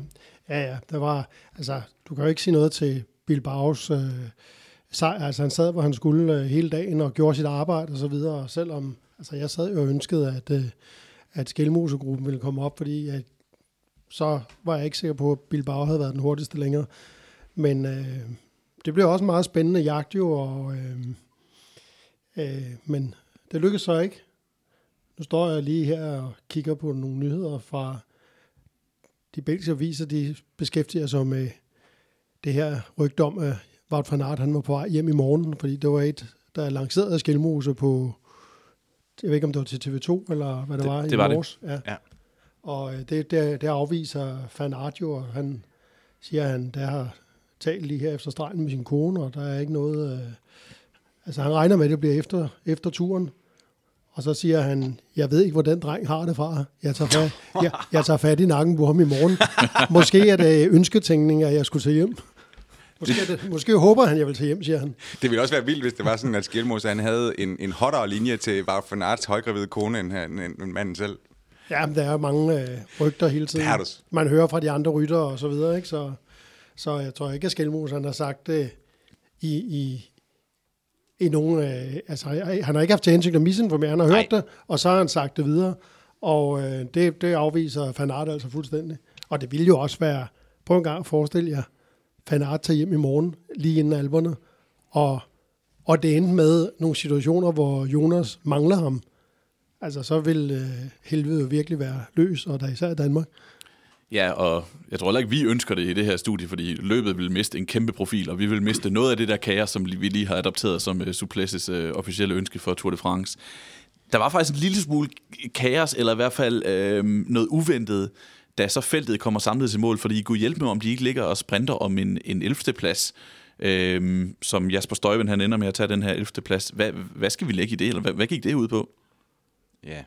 ja, ja, der var, altså, du kan jo ikke sige noget til Bilbaos øh, sejr. Altså, han sad, hvor han skulle øh, hele dagen og gjorde sit arbejde og så videre, og selvom, altså, jeg sad jo og ønskede, at øh, at Skelmose-gruppen ville komme op, fordi at, så var jeg ikke sikker på, at Bilbao havde været den hurtigste længere. Men øh, det blev også en meget spændende jagt jo, og, øh, øh, men det lykkedes så ikke. Nu står jeg lige her og kigger på nogle nyheder fra de belgiske aviser, de beskæftiger sig med det her rygte om, at Wout van Aert, han var på vej hjem i morgen, fordi det var et, der lancerede Skelmose på, jeg ved ikke, om det var til T V to, eller hvad det, det var det i var morges. Det. Ja. Ja. Og det, det, det afviser Van Aert jo, og han siger, at han der har talt lige her efter stregen med sin kone, og der er ikke noget... Øh, altså, han regner med, at det bliver efter, efter turen. Og så siger han, jeg ved ikke, hvor den dreng har det fra. Jeg tager fat, jeg, jeg tager fat i nakken på ham i morgen. Måske er det ønsketænkning, at jeg skulle tage hjem. Måske, det, måske håber han, jeg vil tage hjem, siger han. Det ville også være vildt, hvis det var sådan, at Skelmose han havde en, en hottere linje til Wout van Aerts højgravide kone, end, end, end manden selv. Ja, men der er jo mange øh, rygter hele tiden. Det er det. Man hører fra de andre ryttere og så videre, ikke? Så, så jeg tror ikke, at Skelmose han har sagt det i, i, i nogen... Øh, altså, han har ikke haft til hensigt at misinformere, han har hørt Nej. det, og så har han sagt det videre. Og øh, det, det afviser Van Aert altså fuldstændig. Og det ville jo også være... Prøv en gang at forestille jer, Van Aert tager hjem i morgen, lige inden Alperne, og, og det endte med nogle situationer, hvor Jonas mangler ham. Altså, så vil øh, helvede virkelig være løs, og der især i Danmark. Ja, og jeg tror heller ikke, vi ønsker det i det her studie, fordi løbet vil miste en kæmpe profil, og vi vil miste noget af det der kaos, som vi lige har adopteret som uh, Souplesses uh, officielle ønske for Tour de France. Der var faktisk en lille smule kaos, eller i hvert fald øh, noget uventet, da så feltet kommer samlet til mål, fordi I kunne hjælpe mig, om de ikke ligger og sprinter om en, en ellevte plads, øh, som Jasper Stuyven, han ender med at tage den her ellevte plads. Hvad, hvad skal vi lægge i det, eller hvad, hvad gik det ud på? Ja,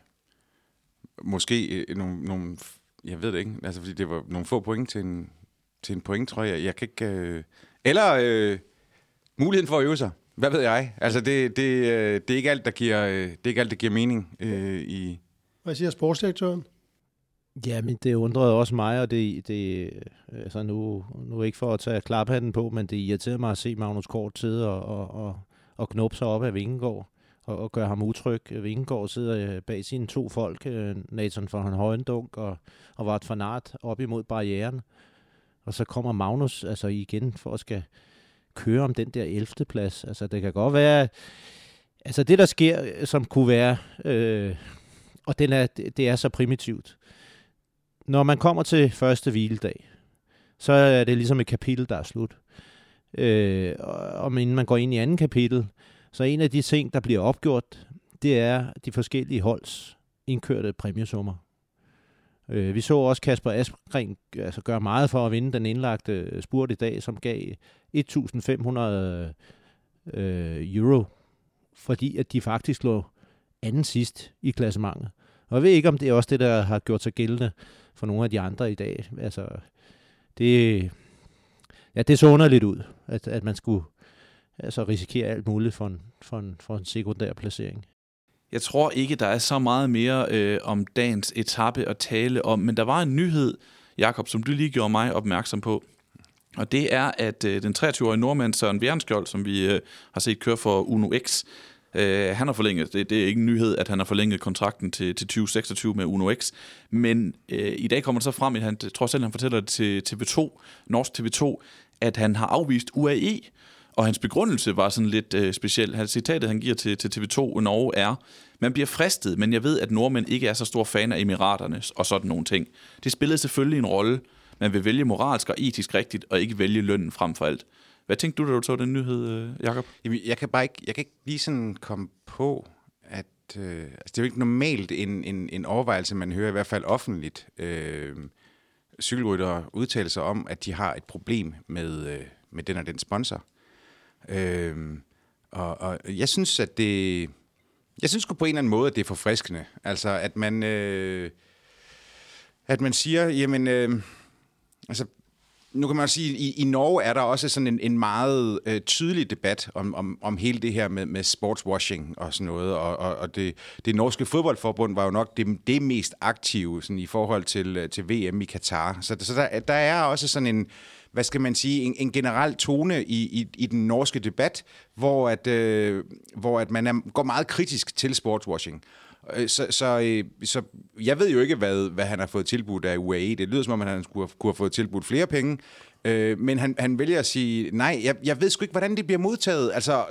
måske øh, nogle, nogle, jeg ved det ikke, altså fordi det var nogle få point til en, til en point, tror jeg. Jeg kan ikke, øh, eller øh, muligheden for at øve sig. Hvad ved jeg? Altså, det, det, det er ikke alt, der giver, det er ikke alt, der giver mening øh, i... Hvad siger sportsdirektøren? Ja, men det undrede også mig, og det, det altså nu, nu ikke for at tage klaphatten på, men det irriterede mig at se Magnus Kort sidde og, og, og, og knuppe sig op af Vingegaard og, og gøre ham utryg. Vingegaard sidder bag sine to folk, Nathan van Højendunk og, og Wout van Aert, op imod barrieren. Og så kommer Magnus altså igen for at skal køre om den der ellevte plads. Altså det kan godt være, altså det der sker, som kunne være, øh, og den er, det er så primitivt. Når man kommer til første hviledag, så er det ligesom et kapitel, der er slut. Øh, og inden man går ind i anden kapitel, så en af de ting, der bliver opgjort, det er de forskellige holds indkørte præmiesummer. Øh, vi så også Kasper Asgreen altså gøre meget for at vinde den indlagte spurt i dag, som gav et tusind fem hundrede øh, euro, fordi at de faktisk lå anden sidst i klassementet. Og jeg ved ikke, om det er også det, der har gjort sig gældende for nogle af de andre i dag. Altså, det, ja, det så underligt ud, at, at man skulle altså, risikere alt muligt for en, for, en, for en sekundær placering. Jeg tror ikke, der er så meget mere øh, om dagens etape at tale om, men der var en nyhed, Jakob, som du lige gjorde mig opmærksom på. Og det er, at øh, den treogtyve-årige nordmand Søren Bjernskjold, som vi øh, har set køre for Uno X, øh, han har forlænget, det, det er ikke en nyhed, at han har forlænget kontrakten til, til tyve seksogtyve med Uno X, men øh, i dag kommer det så frem, at han, jeg tror selv, han fortæller det til T V to, Norsk T V to, at han har afvist U A E, og hans begrundelse var sådan lidt øh, speciel. Han, citatet, han giver til, til T V to Norge er, man bliver fristet, men jeg ved, at nordmænd ikke er så stor fan af Emiraterne og sådan nogle ting. Det spillede selvfølgelig en rolle. Man vil vælge moralsk og etisk rigtigt, og ikke vælge lønnen frem for alt. Hvad tænkte du, da du tog den nyhed, Jakob? Jamen, jeg kan bare ikke, jeg kan ikke lige sådan komme på, at øh, altså, det er jo ikke normalt en, en, en overvejelse, man hører i hvert fald offentligt. Øh, cykelryttere udtaler sig om, at de har et problem med, øh, med den og den sponsor. Øh, og, og jeg synes, at det... Jeg synes på en eller anden måde, at det er forfriskende. Altså, at man, øh, at man siger, jamen, øh, altså, nu kan man sige, i, i Norge er der også sådan en, en meget øh, tydelig debat om, om, om hele det her med, med sportswashing og sådan noget, og, og, og det, det norske fodboldforbund var jo nok det, det mest aktive sådan, i forhold til, til V M i Katar. Så, så der, der er også sådan en, hvad skal man sige, en, en generel tone i, i, i den norske debat, hvor at, øh, hvor at man er, går meget kritisk til sportswashing. Så, så, så jeg ved jo ikke, hvad, hvad han har fået tilbudt af U A E. Det lyder som om, at han skulle have, kunne have fået tilbudt flere penge. Øh, men han, han vælger at sige, nej, jeg, jeg ved sgu ikke, hvordan det bliver modtaget. Altså,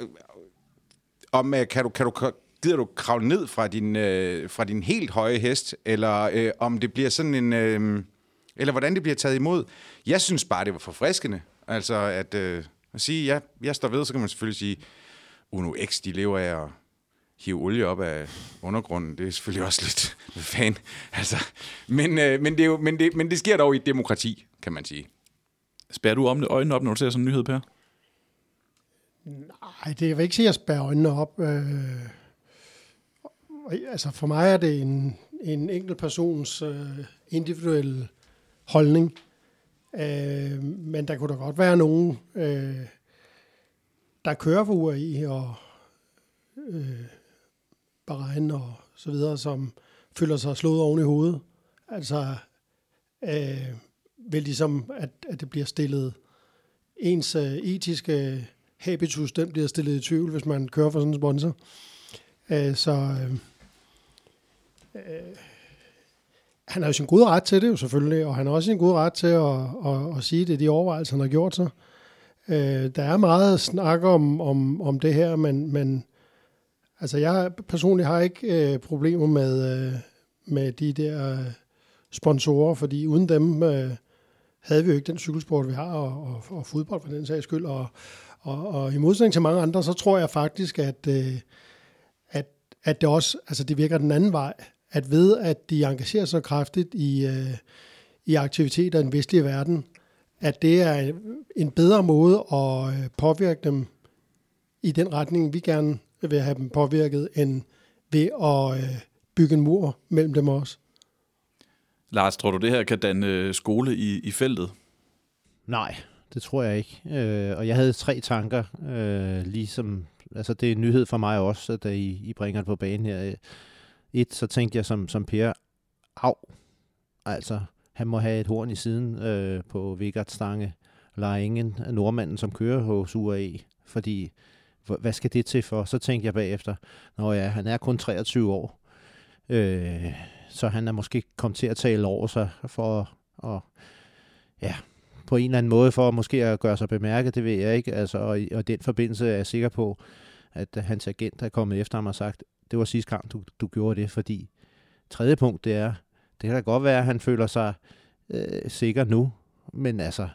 om, kan du, kan du, gider du kravle ned fra din, øh, fra din helt høje hest, eller øh, om det bliver sådan en... Øh, eller hvordan det bliver taget imod. Jeg synes bare, det var forfriskende. Altså, at, øh, at sige, ja, jeg står ved, så kan man selvfølgelig sige, Uno X, de lever af at hive olie op af undergrunden. Det er selvfølgelig også lidt fan. Altså, men, øh, men, det er jo, men, det, men det sker dog i et demokrati, kan man sige. Spærrer du om øjnene op, når du ser sådan en nyhed, Per? Nej, det vil ikke sige, at jeg spærrer øjnene op. Øh, altså, for mig er det en, en enkelt persons øh, individuelle holdning. Øh, men der kunne da godt være nogen, øh, der kører for U A E og øh, Bahrain og så videre, som føler sig slået oven i hovedet. Altså, øh, vel ligesom, at, at det bliver stillet, ens øh, etiske habitus, den bliver stillet i tvivl, hvis man kører for sådan en sponsor. Øh, så øh, øh, han har jo sin gode ret til det jo selvfølgelig, og han har også sin gode ret til at, at, at sige, at det er de overvejelser, han har gjort sig. Øh, der er meget snak om, om, om det her, men, men altså jeg personligt har ikke øh, problemer med, øh, med de der sponsorer, fordi uden dem øh, havde vi jo ikke den cykelsport, vi har, og, og, og fodbold for den sags skyld. Og, og, og i modsætning til mange andre, så tror jeg faktisk, at, øh, at, at det også altså det virker den anden vej, at ved, at de engagerer sig kraftigt i, øh, i aktiviteter i den vestlige verden, at det er en bedre måde at påvirke dem i den retning, vi gerne vil have dem påvirket, end ved at bygge en mur mellem dem også. Lars, tror du, det her kan danne skole i, i feltet? Nej, det tror jeg ikke. Øh, og jeg havde tre tanker, øh, ligesom, altså det er en nyhed for mig også, da I, I bringer det på banen her. Et, så tænkte jeg som, som Per, au, altså han må have et horn i siden øh, på Vigard Stange Laringen, nordmanden, som kører hos U A E, fordi hvad skal det til for? Så tænkte jeg bagefter, nå ja, han er kun treogtyve år, øh, så han er måske kommet til at tale over sig for at, ja, på en eller anden måde for måske at gøre sig bemærket, det ved jeg ikke, altså, og, og i den forbindelse er jeg sikker på, at hans agent er kommet efter ham og sagt, det var sidste gang, du, du gjorde det, fordi tredje punkt, det er, det kan da godt være, at han føler sig øh, sikker nu, men altså,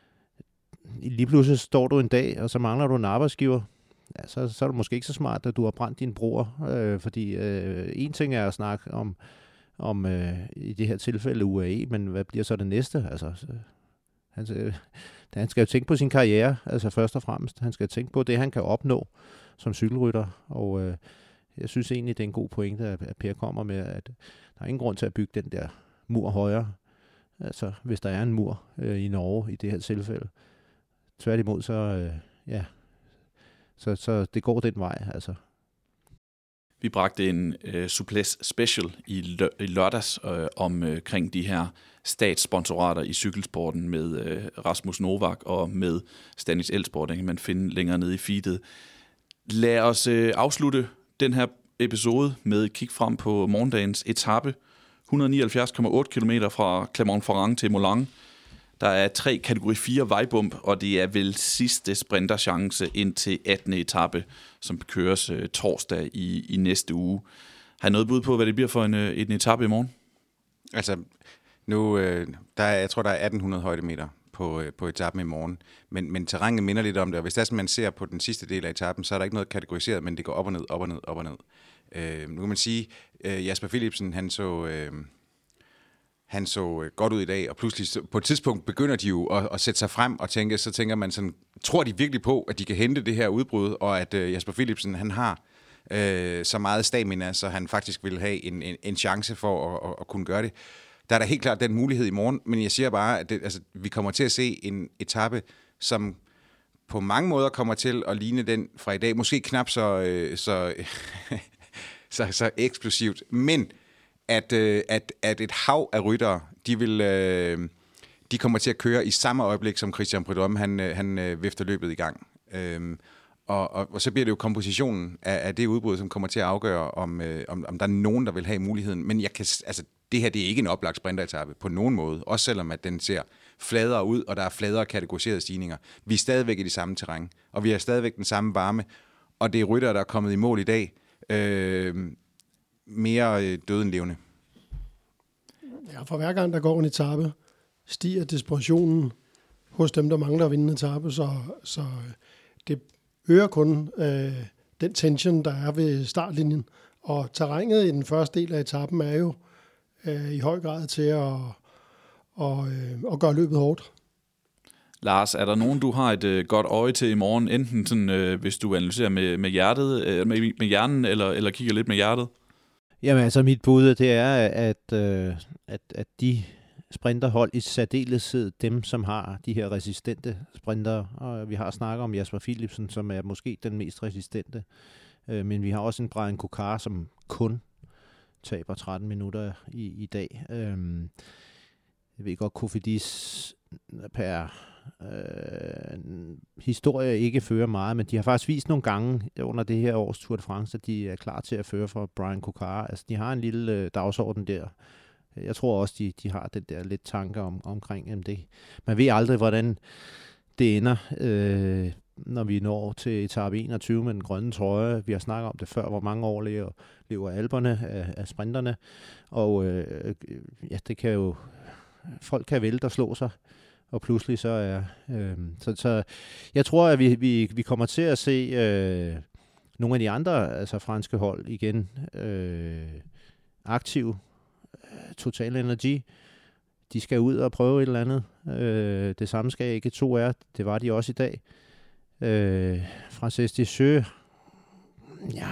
lige pludselig står du en dag, og så mangler du en arbejdsgiver, ja, så, så er det måske ikke så smart, at du har brændt din bror, øh, fordi øh, en ting er at snakke om, om øh, i det her tilfælde U A E, men hvad bliver så det næste? Altså, så, han, øh, han skal jo tænke på sin karriere, altså først og fremmest. Han skal tænke på det, han kan opnå som cykelrytter, og øh, jeg synes egentlig, det er en god pointe, at Per kommer med, at der er ingen grund til at bygge den der mur højere, altså hvis der er en mur øh, i Norge i det her tilfælde. Tværtimod, så, øh, ja, så, så det går den vej, altså. Vi bragte en øh, Souplesse Special i, lø- i lørdags øh, omkring øh, de her statssponsorater i cykelsporten med øh, Rasmus Novak og med Stanis Elsport. Den kan man finde længere nede i feedet. Lad os øh, afslutte den her episode med et kig frem på morgendagens etape. et hundrede og nioghalvfjerds komma otte kilometer fra Clermont-Ferrand til Moulins. Der er tre kategori fire vejbump, og det er vel sidste sprinterchance ind til attende etape, som køres øh, torsdag i, i næste uge. Har I noget bud på, hvad det bliver for en, øh, en etape i morgen? Altså, nu, øh, der er, jeg tror, der er atten hundrede højdemeter på, øh, på etappen i morgen, men, men terrænet minder lidt om det, og hvis det er sådan, man ser på den sidste del af etappen, så er der ikke noget kategoriseret, men det går op og ned, op og ned, op og ned. Øh, nu kan man sige, øh, Jasper Philipsen, han så... Øh, Han så godt ud i dag, og pludselig på et tidspunkt begynder de jo at, at sætte sig frem og tænke, så tænker man sådan, tror de virkelig på, at de kan hente det her udbrud, og at uh, Jasper Philipsen, han har uh, så meget stamina, så han faktisk vil have en, en, en chance for at, at, at kunne gøre det. Der er da helt klart den mulighed i morgen, men jeg siger bare, at det, altså, vi kommer til at se en etape, som på mange måder kommer til at ligne den fra i dag. Måske knap så, uh, så, så, så eksplosivt, men At, øh, at, at et hav af ryttere, de, vil, øh, de kommer til at køre i samme øjeblik, som Christian Prudhomme, han, han øh, vifter løbet i gang. Øhm, og, og, og så bliver det jo kompositionen af, af det udbrud, som kommer til at afgøre, om, øh, om, om der er nogen, der vil have muligheden. Men jeg kan, altså, det her det er ikke en oplagt sprinteretappe på nogen måde, også selvom at den ser fladere ud, og der er fladere kategoriserede stigninger. Vi er stadigvæk i det samme terræn, og vi har stadigvæk den samme varme, og det er ryttere, der er kommet i mål i dag, øh, mere død end levende. Ja, for hver gang der går en etape, stiger desperationen hos dem, der mangler at vinde en etape, så, så det øger kun øh, den tension, der er ved startlinjen. Og terrænet i den første del af etappen er jo øh, i høj grad til at, og, øh, at gøre løbet hårdt. Lars, er der nogen, du har et øh, godt øje til i morgen, enten sådan, øh, hvis du analyserer med, med hjertet, øh, med, med hjernen, eller, eller kigger lidt med hjertet? Jamen altså, mit bud, det er, at, øh, at, at de sprinterhold i særdeleshed, dem som har de her resistente sprinter, og vi har snakket om Jasper Philipsen, som er måske den mest resistente, øh, men vi har også en Brian Kokar, som kun taber tretten minutter i, i dag. Øh, jeg ved godt, Kofidis per øh, historie ikke fører meget, men de har faktisk vist nogle gange under det her års Tour de France, at de er klar til at føre for Brian Kokar. Altså, de har en lille øh, dagsorden der. Jeg tror også, de, de har den der lidt tanker om, omkring jamen det. Man ved aldrig, hvordan det ender. Øh, når vi når til etape enogtyve med den grønne trøje. Vi har snakket om det før, hvor mange år lever, lever alberne af, af sprinterne. Og øh, ja, det kan jo... Folk kan vælte og slå sig, og pludselig så er... Øh, så, så jeg tror, at vi, vi, vi kommer til at se øh, nogle af de andre, altså franske hold igen, øh, aktive. Total Energy, de skal ud og prøve et eller andet. Øh, det samme skal ikke to er. Det var de også i dag. Øh, Frances Descheux, ja,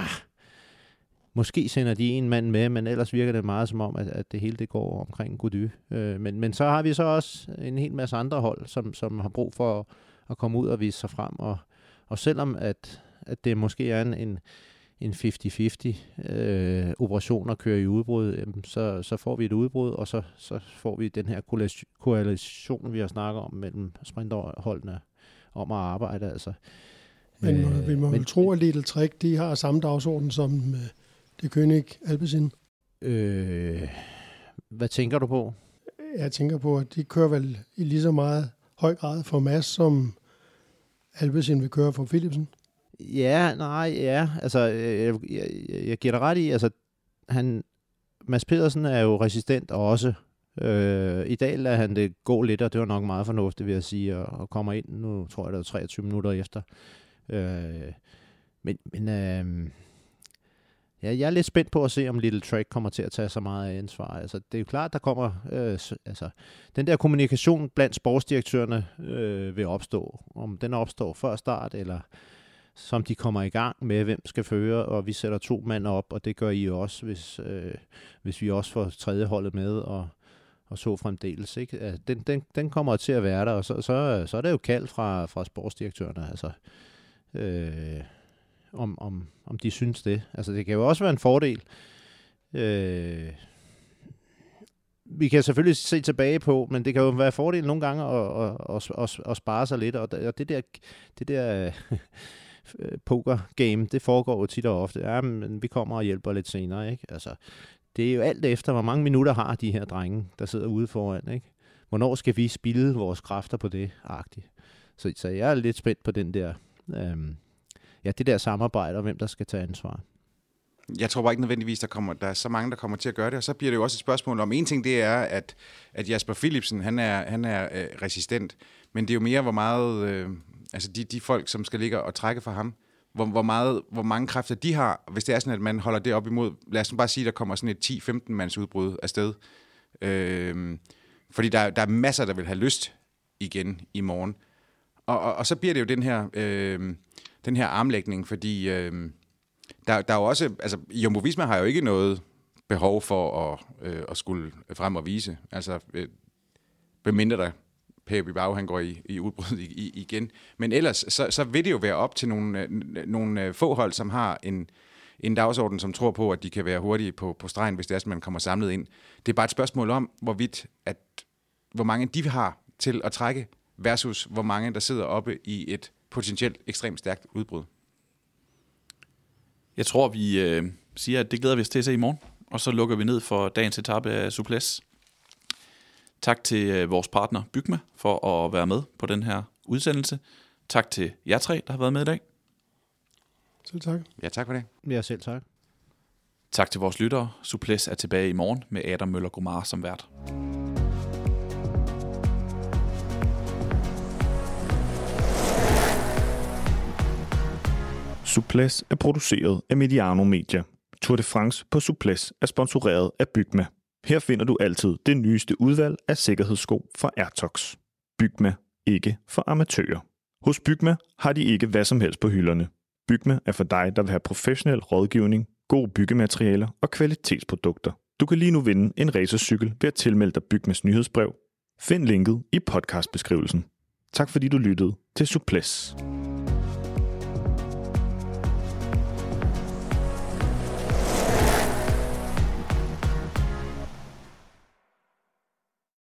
måske sender de en mand med, men ellers virker det meget som om, at, at det hele det går omkring Gody. Øh, men, men så har vi så også en hel masse andre hold, som, som har brug for at, at komme ud og vise sig frem. Og, og selvom at, at det måske er en, en en halvtreds halvtreds øh, operation at køre i udbrud, øh, så, så får vi et udbrud, og så, så får vi den her koalition, vi har snakket om mellem sprinterholdene om at arbejde. Altså. Men øh, vi må men, vel tro, at Lidl Trek, de har samme dagsorden som øh, det König Alpecin. Øh, hvad tænker du på? Jeg tænker på, at de kører vel i lige så meget høj grad for Mads, som Alpecin vil køre for Philipsen. Ja, nej, ja. Altså, jeg, jeg, jeg giver dig ret i, altså, han, Mads Pedersen er jo resistent også. Øh, I dag lader han det gå lidt, og det var nok meget fornuftigt, vil jeg sige, og, og kommer ind, nu tror jeg, det er treogtyve minutter efter. Øh, men men øh, ja, jeg er lidt spændt på at se, om Little Trek kommer til at tage så meget af ansvar. Altså, det er jo klart, der kommer... Øh, altså, den der kommunikation blandt sportsdirektørerne øh, vil opstå. Om den opstår før start, eller... som de kommer i gang med, hvem skal føre, og vi sætter to mand op, og det gør I også, hvis, øh, hvis vi også får tredje holdet med, og, og så fremdeles. Ikke? Den, den, den kommer til at være der, og så, så, så er det jo kaldt fra, fra sportsdirektørerne, altså, øh, om, om, om de synes det. Altså, det kan jo også være en fordel. Øh, vi kan selvfølgelig se tilbage på, men det kan jo være en fordel nogle gange at, at, at, at, at spare sig lidt, og det der... Det der poker-game, det foregår jo tit og ofte. Ja, men vi kommer og hjælper lidt senere, ikke? Altså, det er jo alt efter, hvor mange minutter har de her drenge, der sidder ude foran, ikke? Hvornår skal vi spilde vores kræfter på det, agtigt. Så, så jeg er lidt spændt på den der, øhm, ja, det der samarbejde, og hvem der skal tage ansvar. Jeg tror bare ikke nødvendigvis, der, kommer, der er så mange, der kommer til at gøre det, og så bliver det jo også et spørgsmål om, en ting det er, at, at Jasper Philipsen, han er, han er øh, resistent, men det er jo mere, hvor meget... Øh, altså de, de folk, som skal ligge og trække for ham, hvor, hvor, meget, hvor mange kræfter de har, hvis det er sådan, at man holder det op imod, lad os nu bare sige, der kommer sådan et ti femten mands udbrud afsted. Øh, fordi der, der er masser, der vil have lyst igen i morgen. Og, og, og så bliver det jo den her, øh, den her armlægning, fordi øh, der, der er jo også, altså Jumbo Visma har jo ikke noget behov for at, øh, at skulle frem og vise. Altså, øh, bemindre der Per Bilbao, han går i, i udbrud i, i, igen. Men ellers, så, så vil det jo være op til nogle, nogle få hold, som har en, en dagsorden, som tror på, at de kan være hurtige på, på stregen, hvis det er, at man kommer samlet ind. Det er bare et spørgsmål om, hvorvidt, at, hvor mange de har til at trække, versus hvor mange, der sidder oppe i et potentielt ekstremt stærkt udbrud. Jeg tror, vi øh, siger, at det glæder vi os til at se i morgen, og så lukker vi ned for dagens etape af Souplesse. Tak til øh, vores partner Bygma for at være med på den her udsendelse. Tak til jer tre, der har været med i dag. Selv tak. Ja, tak for det. Ja, selv tak. Tak til vores lyttere. Souplesse er tilbage i morgen med Adam Møller-Gomar som vært. Souplesse er produceret af Mediano Media. Tour de France på Souplesse er sponsoreret af Bygma. Her finder du altid det nyeste udvalg af sikkerhedssko fra Airtox. Bygma, ikke for amatører. Hos Bygma har de ikke hvad som helst på hylderne. Bygma er for dig, der vil have professionel rådgivning, gode byggematerialer og kvalitetsprodukter. Du kan lige nu vinde en racercykel ved at tilmelde dig Bygmas nyhedsbrev. Find linket i podcastbeskrivelsen. Tak fordi du lyttede til Souplesse.